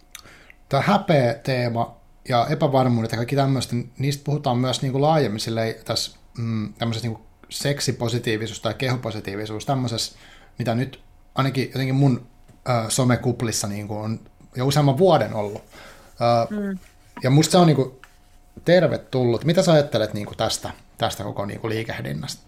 tämä häpeä-teema ja epävarmuudet ja kaikki tämmöistä, niistä puhutaan myös niin kuin laajemmin silleen, tässä mm, tämmöisessä niin kuin seksipositiivisuus tai kehopositiivisuus, tämmöisessä, mitä nyt ainakin jotenkin mun uh, somekuplissa niin kuin on jo useamman vuoden ollut. Uh, mm. Ja musta se on niin kuin tervetullut. Mitä sä ajattelet niin kuin tästä, tästä koko niin kuin liikehdinnästä?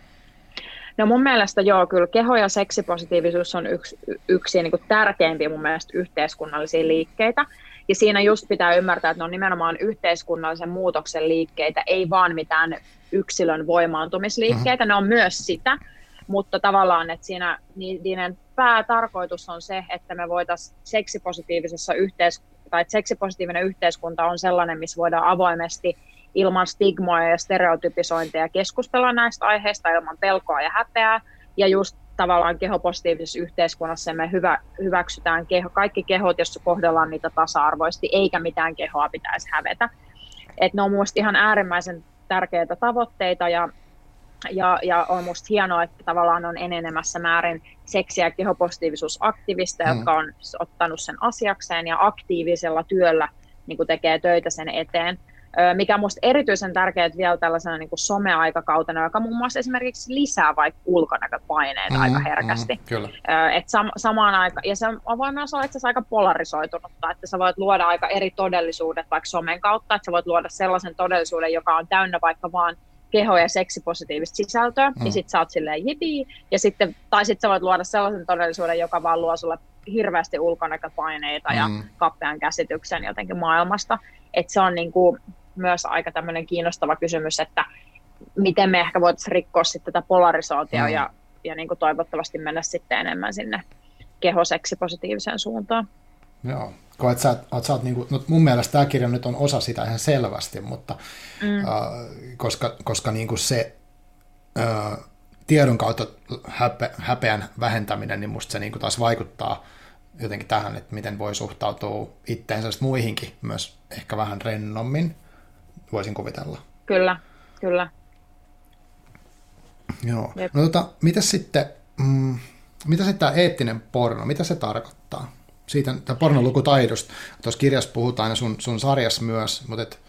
No mun mielestä joo, kyllä keho- ja seksipositiivisuus on yksi, yksi niin kuin tärkeimpiä mun mielestä yhteiskunnallisia liikkeitä. Ja siinä just pitää ymmärtää, että ne on nimenomaan yhteiskunnallisen muutoksen liikkeitä, ei vaan mitään yksilön voimaantumisliikkeitä, mm-hmm. ne on myös sitä. mutta tavallaan, että siinä niiden päätarkoitus on se, että me voitaisiin seksipositiivisessa yhteiskunnassa, tai että seksipositiivinen yhteiskunta on sellainen, missä voidaan avoimesti ilman stigmoja ja stereotypisointeja keskustella näistä aiheista ilman pelkoa ja häpeää, ja just tavallaan kehopositiivisessa yhteiskunnassa me hyvä, hyväksytään keho, kaikki kehot, joissa kohdellaan niitä tasa-arvoisesti, eikä mitään kehoa pitäisi hävetä. Et ne on mielestäni ihan äärimmäisen tärkeitä tavoitteita, ja, ja, ja on musta hienoa, että tavallaan on enenemässä määrin seksi- ja kehopositiivisuusaktivisteja, mm. jotka on ottanut sen asiakseen ja aktiivisella työllä niin kuin tekee töitä sen eteen. Mikä on minusta erityisen tärkeää vielä tällaisena niin kuin someaikakautena, joka muun muassa esimerkiksi lisää vaikka ulkonäköpaineita mm, aika herkästi. Mm, Et sam- samaan aikaan, ja se voi myös olla itse asiassa aika polarisoitunutta, että sä voit luoda aika eri todellisuudet vaikka somen kautta, että sä voit luoda sellaisen todellisuuden, joka on täynnä vaikka vaan keho- ja seksipositiivista sisältöä, mm. ja sit sä oot silleen jipii, ja sitten, tai sitten sä voit luoda sellaisen todellisuuden, joka vaan luo sulle hirveästi ulkonäköpaineita mm. ja kappean käsityksen jotenkin maailmasta. Että se on niin kuin myös aika tämmöinen kiinnostava kysymys, että miten me ehkä voitaisiin rikkoa sitten tätä polarisaatiota mm. ja, ja niin kuin toivottavasti mennä sitten enemmän sinne kehoseksipositiiviseen suuntaan. Joo, koet sä, oot, sä oot niin kuin, no mun mielestä tämä kirja nyt on osa sitä ihan selvästi, mutta mm. äh, koska, koska niin kuin se äh, tiedon kautta häpe, häpeän vähentäminen, niin musta se niin kuin taas vaikuttaa jotenkin tähän, että miten voi suhtautua itteensä muihinkin myös ehkä vähän rennommin, voisin kuvitella. Kyllä, kyllä. Joo. Jep. No tota, mitä sitten, mm, mitä sitten tämä eettinen porno, mitä se tarkoittaa? Siitä tämä pornolukutaidosta. Tuossa kirjassa puhutaan ja sun, sun sarjassa myös, mutta et,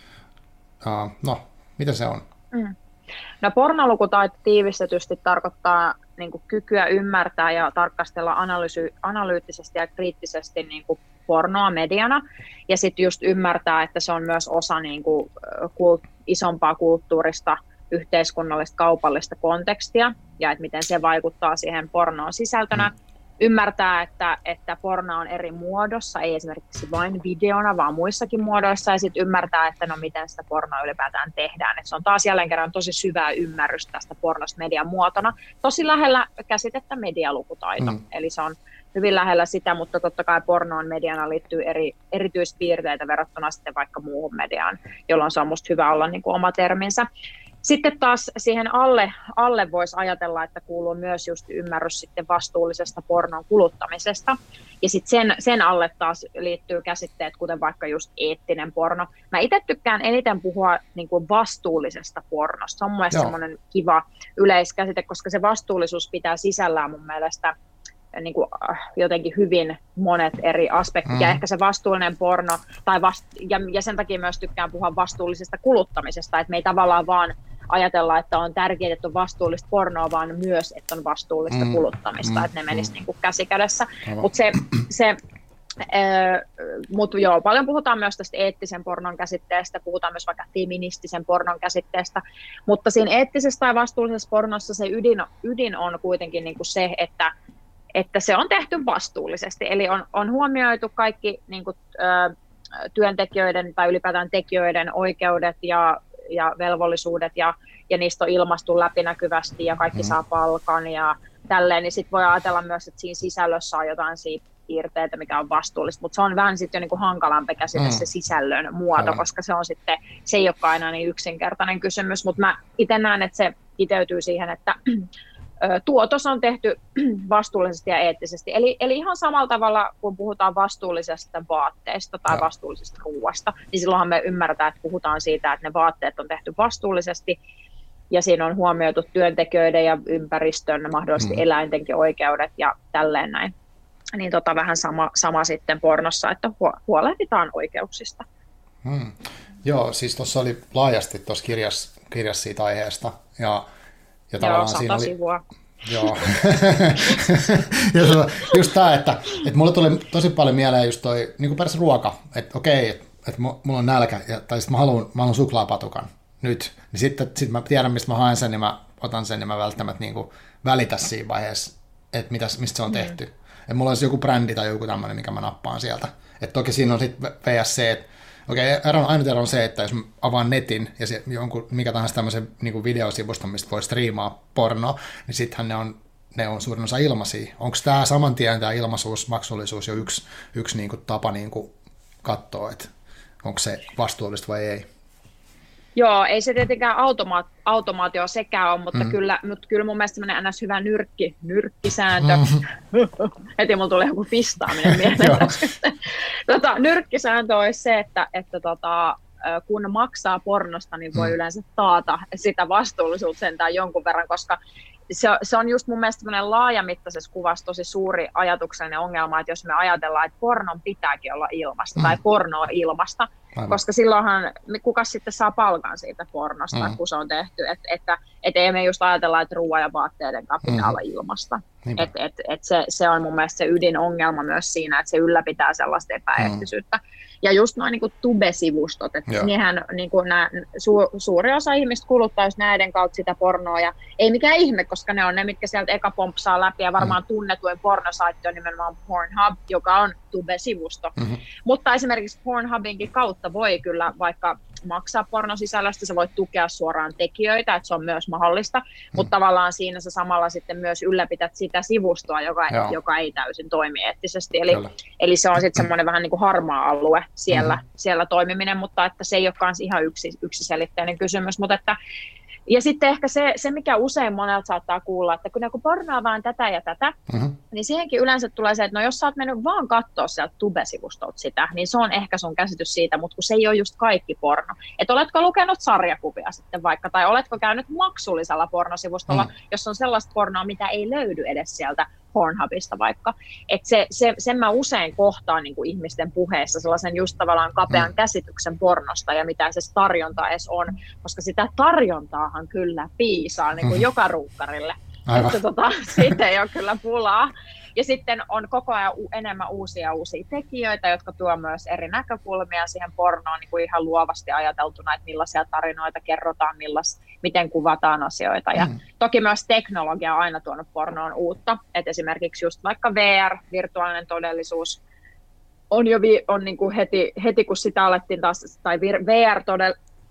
uh, no, mitä se on? Mm. No pornolukutaito tiivistetysti tarkoittaa niin kuin kykyä ymmärtää ja tarkastella analyysi, analyyttisesti ja kriittisesti niin kuin pornoa mediana, ja sitten just ymmärtää, että se on myös osa niin kuin, kult, isompaa kulttuurista, yhteiskunnallista, kaupallista kontekstia, ja että miten se vaikuttaa siihen pornoon sisältönä. Mm. Ymmärtää, että, että porno on eri muodossa, ei esimerkiksi vain videona, vaan muissakin muodoissa, ja sitten ymmärtää, että no miten sitä pornoa ylipäätään tehdään. Et se on taas jälleen kerran tosi syvää ymmärrystä tästä pornosta median muotona. Tosi lähellä käsitettä medialukutaito, mm. eli se on hyvin lähellä sitä, mutta totta kai pornoon mediana liittyy eri, erityispiirteitä verrattuna sitten vaikka muuhun mediaan, jolloin se on musta hyvä olla niin kuin oma terminsä. Sitten taas siihen alle, alle voisi ajatella, että kuuluu myös just ymmärrys sitten vastuullisesta pornon kuluttamisesta. Ja sitten sen, sen alle taas liittyy käsitteet, kuten vaikka just eettinen porno. Mä itse tykkään eniten puhua niin kuin vastuullisesta pornosta. Se on mun mielestä semmoinen kiva yleiskäsite, koska se vastuullisuus pitää sisällään mun mielestä niin kuin, jotenkin hyvin monet eri aspektit, mm. ja ehkä se vastuullinen porno, tai vast, ja, ja sen takia myös tykkään puhua vastuullisesta kuluttamisesta, että me ei tavallaan vaan ajatella, että on tärkeää, että on vastuullista pornoa, vaan myös, että on vastuullista mm. kuluttamista, mm. että ne menisivät mm. niin kuin käsi kädessä. Mutta se, se äh, mut joo, paljon puhutaan myös tästä eettisen pornon käsitteestä, puhutaan myös vaikka feministisen pornon käsitteestä, mutta siinä eettisessä tai vastuullisessa pornossa se ydin, ydin on kuitenkin niin kuin se, että että se on tehty vastuullisesti, eli on, on huomioitu kaikki niin kuin, ö, työntekijöiden tai ylipäätään tekijöiden oikeudet ja, ja velvollisuudet, ja, ja niistä on ilmastu läpinäkyvästi, ja kaikki mm. saa palkan ja tälleen, niin sitten voi ajatella myös, että siinä sisällössä on jotain siitä piirteitä, mikä on vastuullista, mutta se on vähän sitten jo niin kuin hankalampi käsite mm. se sisällön muoto, mm. koska se on sitten, se ei olekaan aina niin yksinkertainen kysymys, mutta mä itse näen, että se kiteytyy siihen, että tuotos on tehty vastuullisesti ja eettisesti. Eli, eli ihan samalla tavalla, kun puhutaan vastuullisesta vaatteesta tai vastuullisesta ruuasta, niin silloinhan me ymmärretään, että puhutaan siitä, että ne vaatteet on tehty vastuullisesti, ja siinä on huomioitu työntekijöiden ja ympäristön, mahdollisesti mm. eläintenkin oikeudet ja tälleen näin. Niin tota vähän sama, sama sitten pornossa, että huolehditaan oikeuksista. Hmm. Joo, siis tuossa oli laajasti tuossa kirjassa, kirjassa siitä aiheesta, ja Ja joo, sata oli, sivua. Joo. ja just tämä, että, että mulle tuli tosi paljon mieleen just toi niin kuin perässä ruoka, että okei, että, että mulla on nälkä, ja, tai sitten mä haluan, mä haluan suklaapatukan nyt, niin sitten sit mä tiedän, mistä mä haen sen, niin mä otan sen, ja mä välttämättä niin kuin välitä siinä vaiheessa, että mitäs, mistä se on tehty. Mm. Että mulla olisi joku brändi tai joku tämmöinen, mikä mä nappaan sieltä. Että toki siinä on sitten V S C, että okei, okay, ainut ero on se, että jos mä avaan netin ja se, jonkun, mikä tahansa tämmöisen niin videosivuston, mistä voi striimaa pornoa, niin sittenhän ne on ne on suurin osa ilmaisia. Onko tämä saman tien tämä ilmaisuus, maksullisuus jo yksi, yksi niin kuin tapa niin kuin katsoa, että onko se vastuullista vai ei? Joo, ei se tietenkään automaat, automaatio sekään ole, mutta, mm. kyllä, mutta kyllä mun mielestä sellainen ns. Hyvä nyrkki, nyrkkisääntö, mm. heti mulla tuli joku pistaaminen mieleen. tota, nyrkkisääntö olisi se, että, että tota, kun maksaa pornosta, niin voi mm. yleensä taata sitä vastuullisuutta sentään jonkun verran, koska se, se on just mun mielestä laajamittaisessa kuvassa tosi suuri ajatuksellinen ongelma, että jos me ajatellaan, että pornon pitääkin olla ilmasta mm. tai porno on ilmasta, aivan. Koska silloinhan kuka sitten saa palkan siitä pornosta, mm. kun se on tehty, että, että et ei me just ajatella, että ruoan ja vaatteiden pitää mm. olla ilmasta. Et, et, et se, se on mun mielestä se ydinongelma myös siinä, että se ylläpitää sellaista epäeettisyyttä. Mm. Ja just noin niin tube-sivustot, että niinhän niin kuin nää, su, suuri osa ihmistä kuluttaa näiden kautta sitä pornoa, ja ei mikään ihme, koska ne on ne, mitkä sieltä eka pompsaa läpi, ja varmaan mm. tunnetuin pornosaitti on nimenomaan Pornhub, joka on tube-sivusto. Mm-hmm. Mutta esimerkiksi Pornhubinkin kautta voi kyllä vaikka maksaa pornosisällöstä, sä voit tukea suoraan tekijöitä, että se on myös mahdollista, mm. mutta tavallaan siinä sä samalla sitten myös ylläpität sitä sivustoa, joka, joka ei täysin toimi eettisesti. Eli, eli se on sitten semmoinen vähän niin kuin harmaa alue siellä, mm. siellä toimiminen, mutta että se ei ole myös ihan yksi, yksiselitteinen kysymys. Mutta että, ja sitten ehkä se, se, mikä usein monelta saattaa kuulla, että kun joku pornoa vaan tätä ja tätä, mm-hmm. niin siihenkin yleensä tulee se, että no jos sä oot mennyt vaan katsoa sieltä tube-sivustolta sitä, niin se on ehkä sun käsitys siitä, mutta kun se ei ole just kaikki porno. Että oletko lukenut sarjakuvia sitten vaikka, tai oletko käynyt maksullisella pornosivustolla, mm. jos on sellaista pornoa, mitä ei löydy edes sieltä Pornhubista vaikka. Että se, se, sen mä usein kohtaan niin kuin ihmisten puheessa sellaisen just tavallaan kapean mm. käsityksen pornosta ja mitä se tarjonta edes on, koska sitä tarjontaahan kyllä piisaa niin kuin mm. joka ruukkarille. Että tota, siitä ei ole kyllä pulaa. Ja sitten on koko ajan enemmän uusia uusia tekijöitä, jotka tuo myös eri näkökulmia siihen pornoon niin kuin ihan luovasti ajateltuna, että millaisia tarinoita kerrotaan, millas, miten kuvataan asioita. Ja mm. toki myös teknologia on aina tuonut pornoon uutta. Et esimerkiksi just vaikka V R, virtuaalinen todellisuus, on jo vi, on niin kuin heti, heti kun sitä alettiin taas, tai V R todell,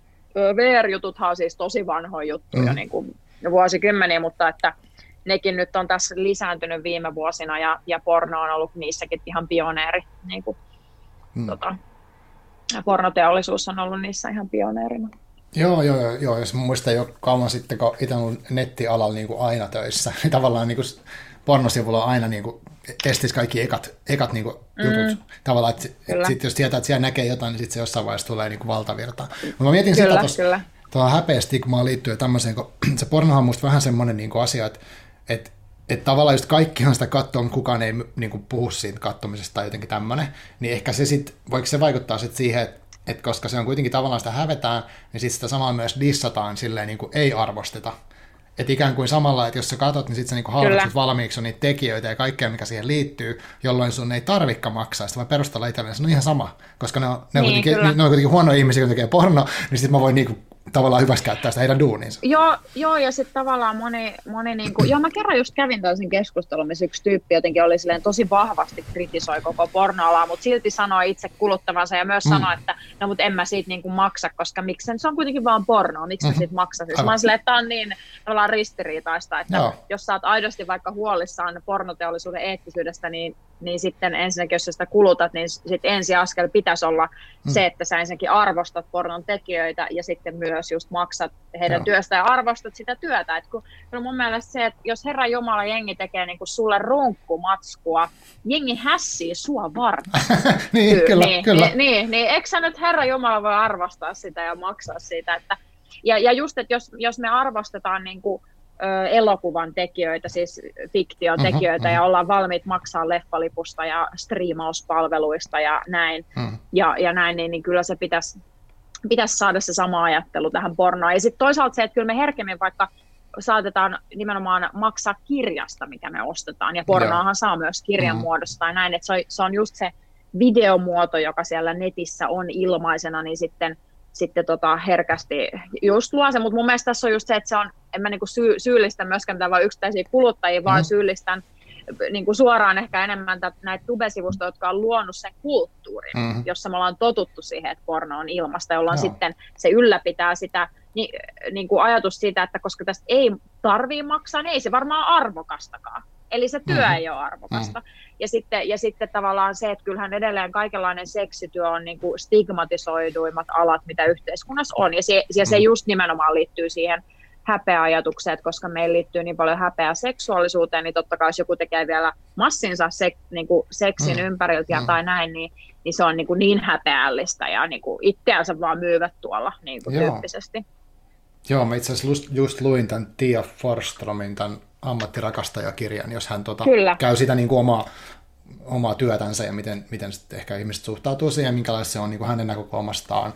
V R-jututhan on siis tosi vanhoja juttuja mm. niin kuin vuosikymmeniä, mutta että nekin nyt on tässä lisääntynyt viime vuosina, ja, ja porno on ollut niissäkin ihan pioneeri. Niin kuin, hmm. tota, pornoteollisuus on ollut niissä ihan pioneerina. Joo, joo, joo, joo. Jos muistan jo kauan sitten, kun itse olen nettialalla niin kuin aina töissä, niin tavallaan niin kuin pornosivulla on aina niin kuin testissä kaikki ekat, ekat niin kuin jutut. Mm. Tavallaan, että et sit, jos tietää, että siellä näkee jotain, niin sitten se jossain vaiheessa tulee niin kuin valtavirtaan. Mutta mä mietin kyllä, sitä tuossa tuohon häpeästigmaan liittyen tämmöiseen, kun se pornohan on musta vähän semmoinen niin kuin asia, että Että et tavallaan just kaikkihan sitä katsoo, mutta kukaan ei niin kuin puhu siitä katsomisesta tai jotenkin tämmöinen, niin ehkä se sitten, voiko se vaikuttaa sitten siihen, että et koska se on kuitenkin tavallaan sitä hävetään, niin sitten sitä samalla myös dissataan silleen niin kuin ei arvosteta. Että ikään kuin samalla, että jos sä katot, niin sitten sä niin halveksut valmiiksi on niitä tekijöitä ja kaikkea, mikä siihen liittyy, jolloin sun ei tarvikka maksaa, sitä voi perustella itselleen, se on ihan sama, koska ne on, ne on, niin, kuitenkin, ne on kuitenkin huonoja ihmisiä, kun tekee porno, niin sitten mä voin niinku tavallaan hyväksikäyttää sitä heidän duuninsa. Joo, joo ja sitten tavallaan moni, moni niin kuin, joo mä kerran just kävin tällaisen keskustelun, missä yksi tyyppi jotenkin oli silleen tosi vahvasti kritisoi koko pornoalaa, mutta silti sanoi itse kuluttavansa ja myös mm. sanoi, että no mutta en mä siitä niin kuin maksa, koska miksi se on kuitenkin vaan pornoa, miksi mm-hmm. mä siitä maksan. Siis mä oon silleen, että tää on niin tavallaan ristiriitaista, että joo. jos sä oot aidosti vaikka huolissaan pornoteollisuuden eettisyydestä, niin niin sitten ensinnäkin, jos sä sitä kulutat, niin sitten ensiaskel pitäisi olla mm. se, että sä ensinnäkin arvostat pornon tekijöitä ja sitten myös just maksat heidän Joo. työstä ja arvostat sitä työtä. Et kun, kun mun mielestä se, että jos Herran Jumala jengi tekee niin kuin sulle runkkumatskua, jengi hässii sua varten. niin, Ky- kyllä, niin, kyllä. Niin, niin, niin, eikö sä nyt Herran Jumala voi arvostaa sitä ja maksaa siitä? Että, ja, ja just, että jos, jos me arvostetaan niin kuin elokuvan tekijöitä, siis fiktiotekijöitä, mm-hmm, ja ollaan valmiit maksaa leffalipusta ja striimauspalveluista ja näin, mm. ja, ja näin, niin, niin kyllä se pitäisi, pitäisi saada se sama ajattelu tähän pornoon. Ja sitten toisaalta se, että kyllä me herkemmin vaikka saatetaan nimenomaan maksaa kirjasta, mikä me ostetaan, ja pornoahan yeah. saa myös kirjan mm. muodossa tai näin, että se on, se on just se videomuoto, joka siellä netissä on ilmaisena, niin sitten sitten tota herkästi just luo se, mutta mun mielestä tässä on just se, että se on, en mä niinku syy, syyllistä myöskään mitään vaan yksittäisiä kuluttajia, mm. vaan syyllistän niin kuin suoraan ehkä enemmän näitä tube-sivustoja, jotka on luonut sen kulttuurin, mm-hmm. jossa me ollaan totuttu siihen, että porno on ilmasta, jolloin no. sitten se ylläpitää sitä niin, niin kuin ajatus siitä, että koska tästä ei tarvii maksaa, niin ei se varmaan arvokastakaan. Eli se työ mm-hmm. ei ole arvokasta. Mm-hmm. Ja, sitten, ja sitten tavallaan se, että kyllähän edelleen kaikenlainen seksityö on niin kuin stigmatisoiduimmat alat, mitä yhteiskunnassa on. Ja se, ja se just nimenomaan liittyy siihen häpeäajatukseen, että koska meillä liittyy niin paljon häpeää seksuaalisuuteen, niin totta kai jos joku tekee vielä massinsa sek, niin kuin seksin mm. ympäriltä mm. tai näin, niin, niin se on niin, kuin niin häpeällistä ja niin kuin itseänsä vaan myyvät tuolla niin kuin tyyppisesti. Joo, mä itse asiassa just, just luin tämän Tia Forstromin, tämän ammattirakastajakirjan, jos hän tota, käy sitä niin kuin omaa, omaa työtänsä ja miten, miten sitten ehkä ihmiset suhtautuu siihen, minkälaista se on niin kuin hänen näkökulmastaan.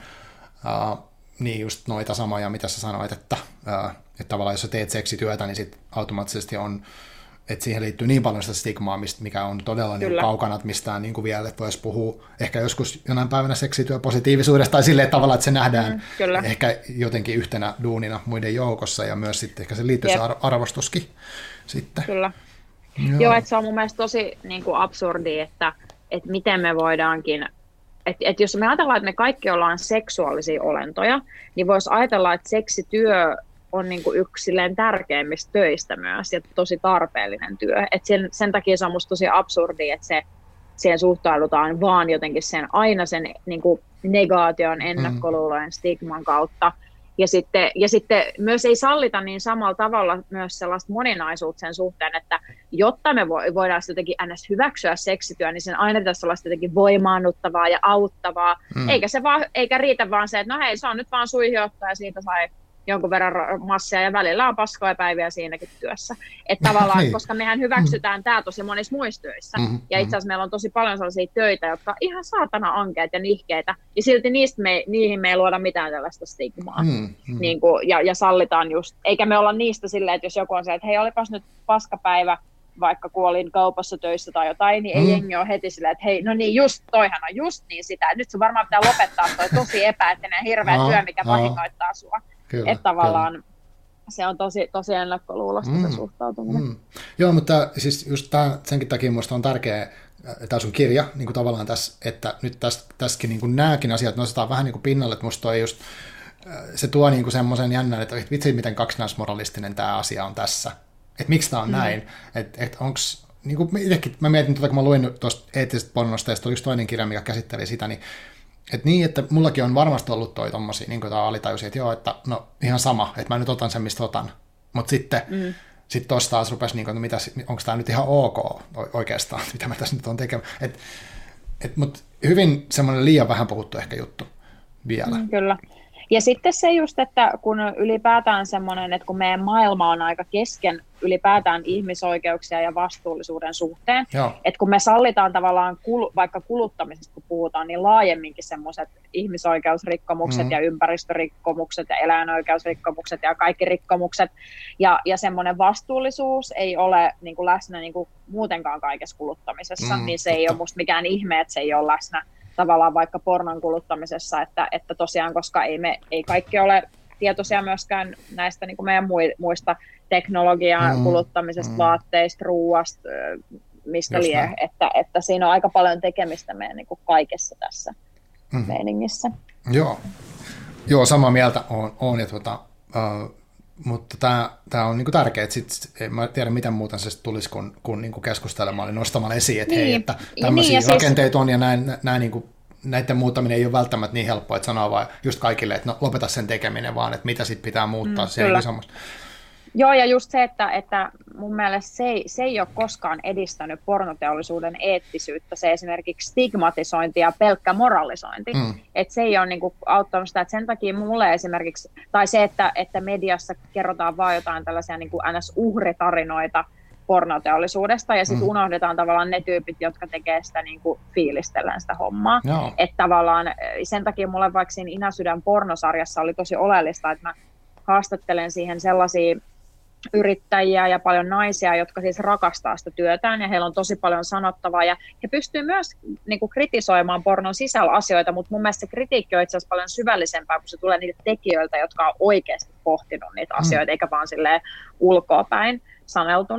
Uh, niin just noita samoja, mitä sä sanoit, että, uh, että tavallaan jos sä teet seksityötä, niin sit automaattisesti on, että siihen liittyy niin paljon sitä stigmaa, mikä on todella niin kaukana, että mistään niin kuin vielä, että voisi puhua ehkä joskus jonain päivänä seksityöpositiivisuudesta tai silleen tavalla, että se nähdään mm, ehkä jotenkin yhtenä duunina muiden joukossa ja myös sitten ehkä se liittyy Jep. se arvostuskin sitten. Kyllä. Joo, Joo että se on mun mielestä tosi niin kuin absurdi, että, että miten me voidaankin, että, että jos me ajatellaan, että me kaikki ollaan seksuaalisia olentoja, niin voisi ajatella, että seksityö on niin kuin yksi tärkeimmistä töistä myös ja tosi tarpeellinen työ. Et sen, sen takia se on musta tosi absurdi, että se, siihen suhtaudutaan vaan jotenkin sen, aina sen niin kuin negaation, ennakkoluulojen, stigman kautta. Ja sitten, ja sitten myös ei sallita niin samalla tavalla myös sellaista moninaisuutta sen suhteen, että jotta me voidaan jotenkin ns. Hyväksyä seksityö, niin sen aina pitäisi olla jotenkin voimaannuttavaa ja auttavaa. Mm. Eikä, se vaan, eikä riitä vaan se, että no hei, se on nyt vaan suihiotto ja siitä sai jonkun verran massia ja välillä on paskoja päiviä siinäkin työssä. Että tavallaan, niin. Koska mehän hyväksytään tämä tosi monissa muissa töissä. Mm-hmm. Ja itse asiassa meillä on tosi paljon sellaisia töitä, jotka on ihan saatana ankeita ja nihkeitä. Ja silti niistä me, niihin me ei luoda mitään tällaista stigmaa. Mm-hmm. Niin kuin, ja, ja sallitaan just. Eikä me olla niistä silleen, että jos joku on se, että hei, olipas nyt paskapäivä, vaikka kun olin kaupassa töissä tai jotain, niin ei mm. jengi ole heti silleen, että hei, no niin just, toihan on just niin sitä. Nyt se varmaan pitää lopettaa toi tosi epäeettinen hirveä no, työ, mikä no. vahingoittaa sua. Kyllä, että tavallaan kyllä. Se on tosi, tosi ennakkoluulosta mm, se suhtautuminen. Mm. Joo, mutta siis just tämän, senkin takia minusta on tärkeä tämä sun kirja, niin kuin tavallaan tässä, että nyt täs, tässäkin niin kuin nämäkin asiat nostetaan vähän niin kuin pinnalle, että musta on just, se tuo niin kuin semmoisen jännän, että vitsi, miten kaksinaismoralistinen tämä asia on tässä. Että miksi tämä on mm. näin, että et onko, niin kuin itsekin, mä mietin tuota, kun mä luin tuosta eettisestä pornosta, ja sitten oli yksi toinen kirja, mikä käsitteli sitä, niin että niin, että mullakin on varmasti ollut toi tommosia, niin kuin tämä alitajuisia, että joo, että no ihan sama, että mä nyt otan sen, mistä otan. Mutta sitten mm. sit tuossa taas rupesi, niin kuin, että onko tämä nyt ihan ok oikeastaan, mitä mä tässä nyt on tekemään. Et, et, mutta hyvin semmoinen liian vähän puhuttu ehkä juttu vielä. Mm, kyllä. Ja sitten se just, että kun ylipäätään semmoinen, että kun meidän maailma on aika kesken ylipäätään ihmisoikeuksia ja vastuullisuuden suhteen, Joo. että kun me sallitaan tavallaan kul, vaikka kuluttamisesta, kun puhutaan, niin laajemminkin semmoiset ihmisoikeusrikkomukset mm. ja ympäristörikkomukset ja eläinoikeusrikkomukset ja kaikki rikkomukset ja, ja semmoinen vastuullisuus ei ole niin kuin läsnä niin kuin muutenkaan kaikessa kuluttamisessa, mm, niin se totta. Ei ole musta mikään ihme, että se ei ole läsnä tavallaan vaikka pornon kuluttamisessa, että, että tosiaan, koska ei, me, ei kaikki ole tietoisia myöskään näistä niin kuin meidän muista teknologian mm, kuluttamisesta, mm. vaatteista, ruuasta, mistä lie, että, että siinä on aika paljon tekemistä meidän niin kuin kaikessa tässä mm. meiningissä. Joo. Joo, samaa mieltä on, on ja tuota, uh, mutta tämä, tämä on niinku tärkeää, että sit, en mä tiedä, miten muuta se tulisi, kun, kun niinku keskustelemaan ja nostamalla esiin, että niin. hei, että tämmöisiä niin, rakenteita siis on ja näin, näin niinku, näiden muuttaminen ei ole välttämättä niin helppoa, että sanoo vaan just kaikille, että no lopeta sen tekeminen, vaan että mitä sitten pitää muuttaa. Mm, se Joo, ja just se, että, että mun mielestä se ei, se ei ole koskaan edistänyt pornoteollisuuden eettisyyttä, se esimerkiksi stigmatisointi ja pelkkä moralisointi. Mm. Että se ei ole niin kuin auttanut sitä, että sen takia mulle esimerkiksi, tai se, että, että mediassa kerrotaan vaan jotain tällaisia niin kuin ns. Uhritarinoita pornoteollisuudesta, ja sitten mm. unohdetaan tavallaan ne tyypit, jotka tekee sitä niin kuin fiilistellen sitä hommaa. Että tavallaan sen takia mulle vaikka siinä Inäsydän pornosarjassa oli tosi oleellista, että mä haastattelen siihen sellaisia yrittäjiä ja paljon naisia, jotka siis rakastaa sitä työtään ja heillä on tosi paljon sanottavaa ja he pystyvät myös niin kuin kritisoimaan pornon sisällä asioita, mutta mun mielestä se kritiikki on itse asiassa paljon syvällisempää, kun se tulee niiltä tekijöiltä, jotka on oikeasti pohtinut niitä asioita, mm. eikä vaan silleen ulkoapäin saneltuna.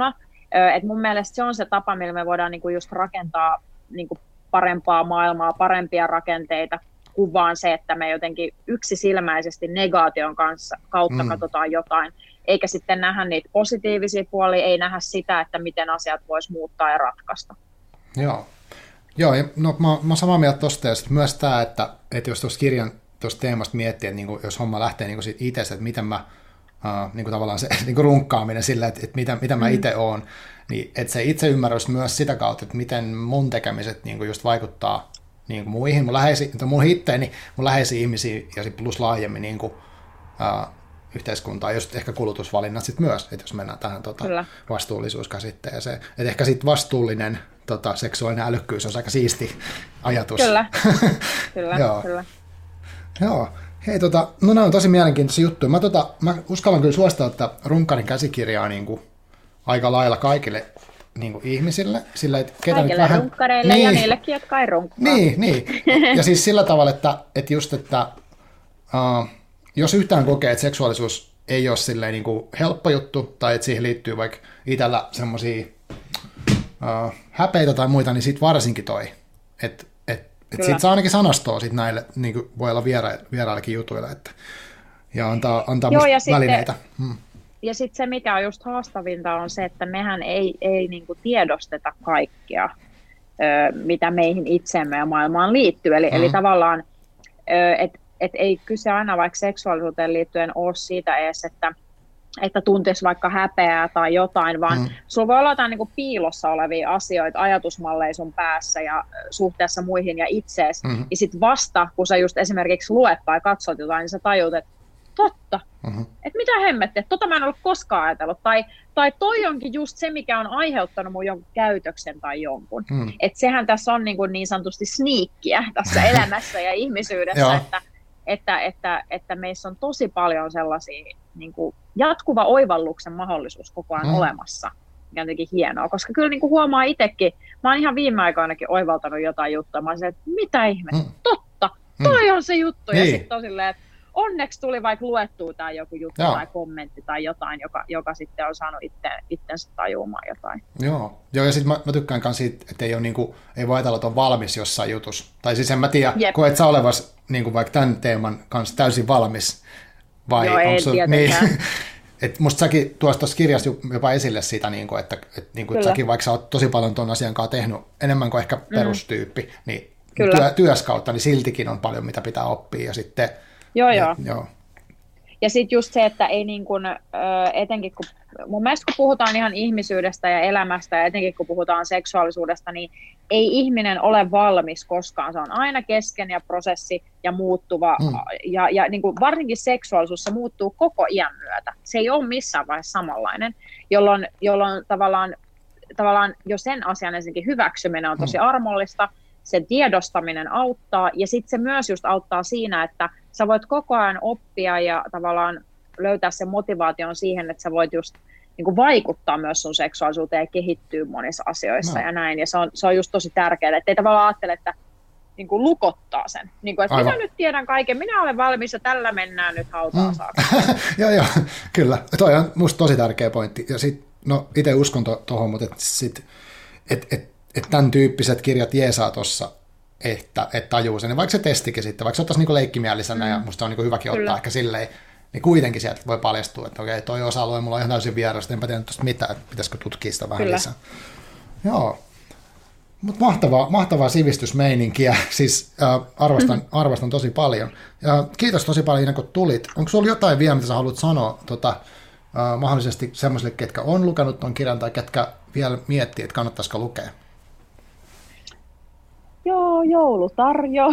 Et mun mielestä se on se tapa, millä me voidaan niinku just rakentaa niinku parempaa maailmaa, parempia rakenteita, kuin vaan se, että me jotenkin yksisilmäisesti negaation kanssa, kautta mm. katsotaan jotain, eikä sitten nähdä niitä positiivisia puolia, ei nähdä sitä, että miten asiat vois muuttaa ja ratkaista. Joo, Joo ja no, mä, mä oon samaa mieltä tuosta, ja myös tämä, että, että jos tuosta kirjan tuosta teemasta miettii, että niinku, jos homma lähtee niinku siitä itsestä, että miten mä, uh, niinku tavallaan se niinku runkkaaminen sillä, että, että mitä, mitä mä mm. itse oon, niin että se itseymmärrys myös sitä kautta, että miten mun tekemiset niinku just vaikuttaa niin kuin muihin, mun läheisiin, mun hitteeni, mun läheisiin ihmisiin ja sit plus laajemmin niin kuin, uh, yhteiskuntaa, just ehkä kulutusvalinnat sit myös, että jos mennään tähän tota, vastuullisuuskäsitteeseen. Että ehkä sit vastuullinen tota, seksuaalinen älykkyys on aika siisti ajatus. Kyllä, kyllä, Joo. kyllä. Joo. Hei, tota, no nämä on tosi mielenkiintoisia juttuja. Mä, tota, mä uskallan kyllä suosittaa, että Runkkarin käsikirjaa niin kuin, aika lailla kaikille niin kuin ihmisille. Sillä, että ketä kaikille nyt vähän... runkkareille niin. Ja niillekin, jotka ei runkkaa. Niin, niin. Ja siis sillä tavalla, että, että just, että uh, jos yhtään kokee, että seksuaalisuus ei ole silleen niin kuin helppo juttu, tai että siihen liittyy vaikka itsellä semmoisia uh, häpeitä tai muita, niin sit varsinkin toi. Että et, et sit saa ainakin sanastoa sit näille, niin kuin voi olla viera, vieraillekin jutuille, että, ja antaa, antaa Joo, ja välineitä. Sitten... Hmm. Ja sitten se, mikä on just haastavinta, on se, että mehän ei, ei niinku tiedosteta kaikkea, ö, mitä meihin itseemme ja maailmaan liittyy. Eli, mm. eli tavallaan, että et ei kyse aina vaikka seksuaalisuuteen liittyen ole siitä edes, että, että tuntisi vaikka häpeää tai jotain, vaan mm. sulla voi olla jotain niinku piilossa olevia asioita, ajatusmalleja sun päässä ja suhteessa muihin ja itseesi. Mm. Ja sitten vasta, kun sä just esimerkiksi luet tai katsot jotain, niin sä tajut, että totta. Mm-hmm. Että mitä hemmettiä, tota mä en ollut koskaan ajatellut. Tai, tai toi onkin just se, mikä on aiheuttanut mun jonkun käytöksen tai jonkun. Mm. Että sehän tässä on niin, kuin niin sanotusti sniikkiä tässä elämässä ja ihmisyydessä, että, että, että, että meissä on tosi paljon sellaisia niin kuin jatkuva oivalluksen mahdollisuus koko ajan mm. olemassa. Mikä on jotenkin hienoa, koska kyllä niin kuin huomaa itsekin, mä oon ihan viime aikoinakin oivaltanut jotain juttua. Mä oon se, että mitä ihmettä, mm. totta, toi mm. on se juttu. Niin. Ja sitten on silleen, että onneksi tuli vaikka luettua tai joku juttu Joo. tai kommentti tai jotain, joka, joka sitten on saanut itte, itsensä tajumaan jotain. Joo, Joo ja sitten mä, mä tykkään myös siitä, että ei, ole niinku, ei voi ajatella, että on valmis jossain jutussa. Tai siis en mä tiedä, Jep. koet sä olevas niinku vaikka tämän teeman kanssa täysin valmis? Vai Joo, ei sun, niin, et musta säkin tuossa kirjassa jopa esille sitä, niinku, että et, niinku, et säkin vaikka sä oot tosi paljon tuon asian kanssa tehnyt enemmän kuin ehkä mm. perustyyppi, niin työ, työs kautta, niin siltikin on paljon, mitä pitää oppia. Ja sitten Joo, ja, joo. joo. Ja sitten just se, että ei niin kuin, etenkin kun, mun mielestä kun puhutaan ihan ihmisyydestä ja elämästä ja etenkin kun puhutaan seksuaalisuudesta, niin ei ihminen ole valmis koskaan. Se on aina kesken ja prosessi ja muuttuva. Mm. Ja, ja niin kuin varsinkin seksuaalisuus, se muuttuu koko iän myötä. Se ei ole missään vaiheessa samanlainen, jolloin, jolloin tavallaan, tavallaan jo sen asian ensinnäkin hyväksyminen on tosi mm. armollista. Sen tiedostaminen auttaa, ja sitten se myös just auttaa siinä, että sä voit koko ajan oppia ja tavallaan löytää sen motivaation siihen, että sä voit just niin kuin vaikuttaa myös sun seksuaalisuuteen ja kehittyä monissa asioissa no. ja näin, ja se on, se on just tosi tärkeää, että ei tavallaan ajattele, että niin kuin lukottaa sen, niin kuin, että Aivan. minä nyt tiedän kaiken, minä olen valmis ja tällä mennään nyt hautaan mm. saakka. Joo, joo, kyllä, toi on musta tosi tärkeä pointti, ja sitten, no itse uskon tuohon, to, mutta että sit, et, et, että tämän tyyppiset kirjat jeesaa tuossa, että, että tajuu sen. Ja vaikka se testikin sitten, vaikka se ottaisi niinku leikkimielisenä, mm. ja musta on niinku hyväkin Kyllä. ottaa ehkä silleen, niin kuitenkin sieltä voi paljastua, että okei, toi osa-alue mulla on ihan täysin vierasta, enpä tiedä tuosta mitään, että pitäisikö tutkia sitä vähän Kyllä. lisää. Joo, mutta mahtavaa, mahtavaa sivistysmeininkiä, siis äh, arvostan, mm-hmm. arvostan tosi paljon. Ja kiitos tosi paljon, Iina, kun tulit. Onko sulla jotain vielä, mitä sä haluat sanoa tota, äh, mahdollisesti semmoisille, ketkä on lukenut ton kirjan, tai ketkä vielä miettii, että kannattaisiko lukea? Joo, joulutarjous.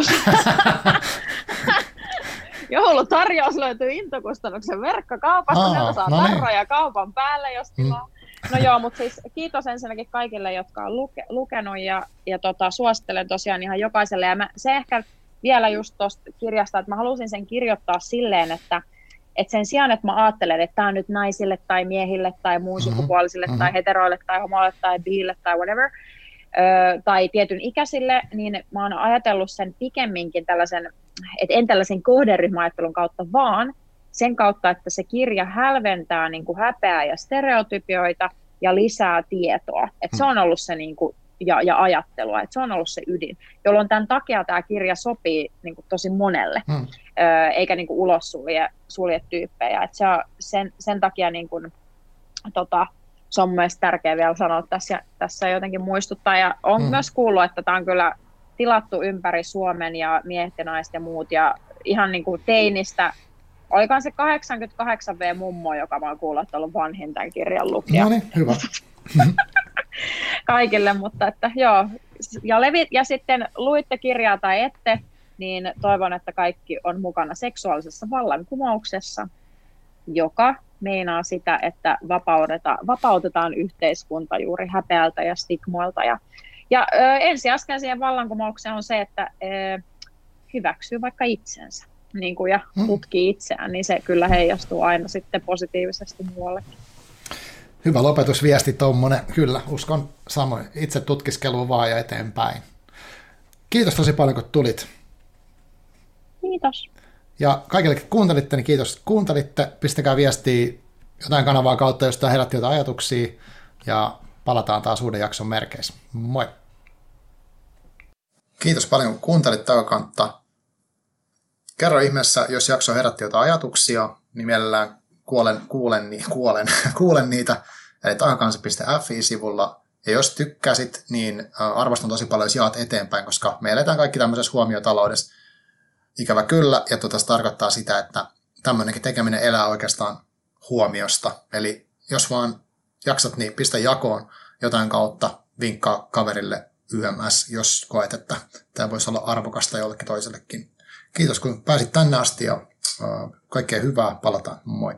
Joulutarjous löytyy Intokustannuksen verkkokaupasta. Aa, sieltä saa no tarroja niin. kaupan päälle, jos tilaa. Mm. No joo, mutta siis kiitos ensinnäkin kaikille, jotka on luke, lukenut ja, ja tota, suosittelen tosiaan ihan jokaiselle. Ja mä, se ehkä vielä just tuosta kirjasta, että mä halusin sen kirjoittaa silleen, että et sen sijaan, että mä ajattelen, että tämä on nyt naisille tai miehille tai muun mm-hmm. sukupuolisille mm-hmm. tai heteroille tai homoille tai biille tai whatever, Ö, tai tietyn ikäisille, niin mä oon ajatellut sen pikemminkin tällaisen, että en tällaisen kohderyhmäajattelun kautta, vaan sen kautta, että se kirja hälventää niin kuin häpeää ja stereotypioita ja lisää tietoa. Et se on ollut se niin kuin, ja, ja ajattelua, että se on ollut se ydin, jolloin tämän takia tämä kirja sopii niin kuin tosi monelle, hmm. eikä niin kuin ulos sulje, sulje tyyppejä. Et se on, sen, sen takia niin kuin, tota, se on mielestäni tärkeää vielä sanoa tässä, tässä jotenkin muistuttaa. Ja olen hmm. myös kuullut, että tämä on kyllä tilattu ympäri Suomen ja miehet ja naiset ja muut. Ja ihan niin kuin teinistä, olikohan se kahdeksankymmentäkahdeksan vuotias-mummo, joka mä oon kuullut, että on ollut vanhin tämän kirjan lukija. No niin, hyvä. Kaikille, mutta että joo. Ja, levi, ja sitten luitte kirjaa tai ette, niin toivon, että kaikki on mukana seksuaalisessa vallankumouksessa, joka meinaa sitä, että vapautetaan, vapautetaan yhteiskunta juuri häpeältä ja stigmoilta. Ja, ja ö, ensiaskel siihen vallankumoukseen on se, että ö, hyväksyy vaikka itsensä niin kuin, ja tutkii itseään, niin se kyllä heijastuu aina sitten positiivisesti muuallekin. Hyvä lopetusviesti tommonen. Kyllä, uskon samoin. Itse tutkiskelua vaan ja eteenpäin. Kiitos tosi paljon, kun tulit. Kiitos. Ja kaikille, kun kuuntelitte, niin kiitos, kuuntelitte. Pistäkää viestiä jotain kanavaa kautta, jos tämä herätti jotain ajatuksia. Ja palataan taas uuden jakson merkeissä. Moi! Kiitos paljon, kun kuuntelit Takakantta. Kerro ihmeessä, jos jakso herätti jotain ajatuksia, niin mielellään kuulen, kuulen, kuulen, kuulen niitä. Eli takakansa piste fi-sivulla. Ja jos tykkäsit, niin arvostan tosi paljon, jos jaat eteenpäin, koska me eletään kaikki tämmöisessä huomiotaloudessa. Ikävä kyllä, ja tuota, se tarkoittaa sitä, että tämmöinenkin tekeminen elää oikeastaan huomiosta. Eli jos vaan jaksat, niin pistä jakoon jotain kautta, vinkkaa kaverille Y M S, jos koet, että tämä voisi olla arvokasta jollekin toisellekin. Kiitos, kun pääsit tänne asti, ja kaikkea hyvää. Palataan. Moi.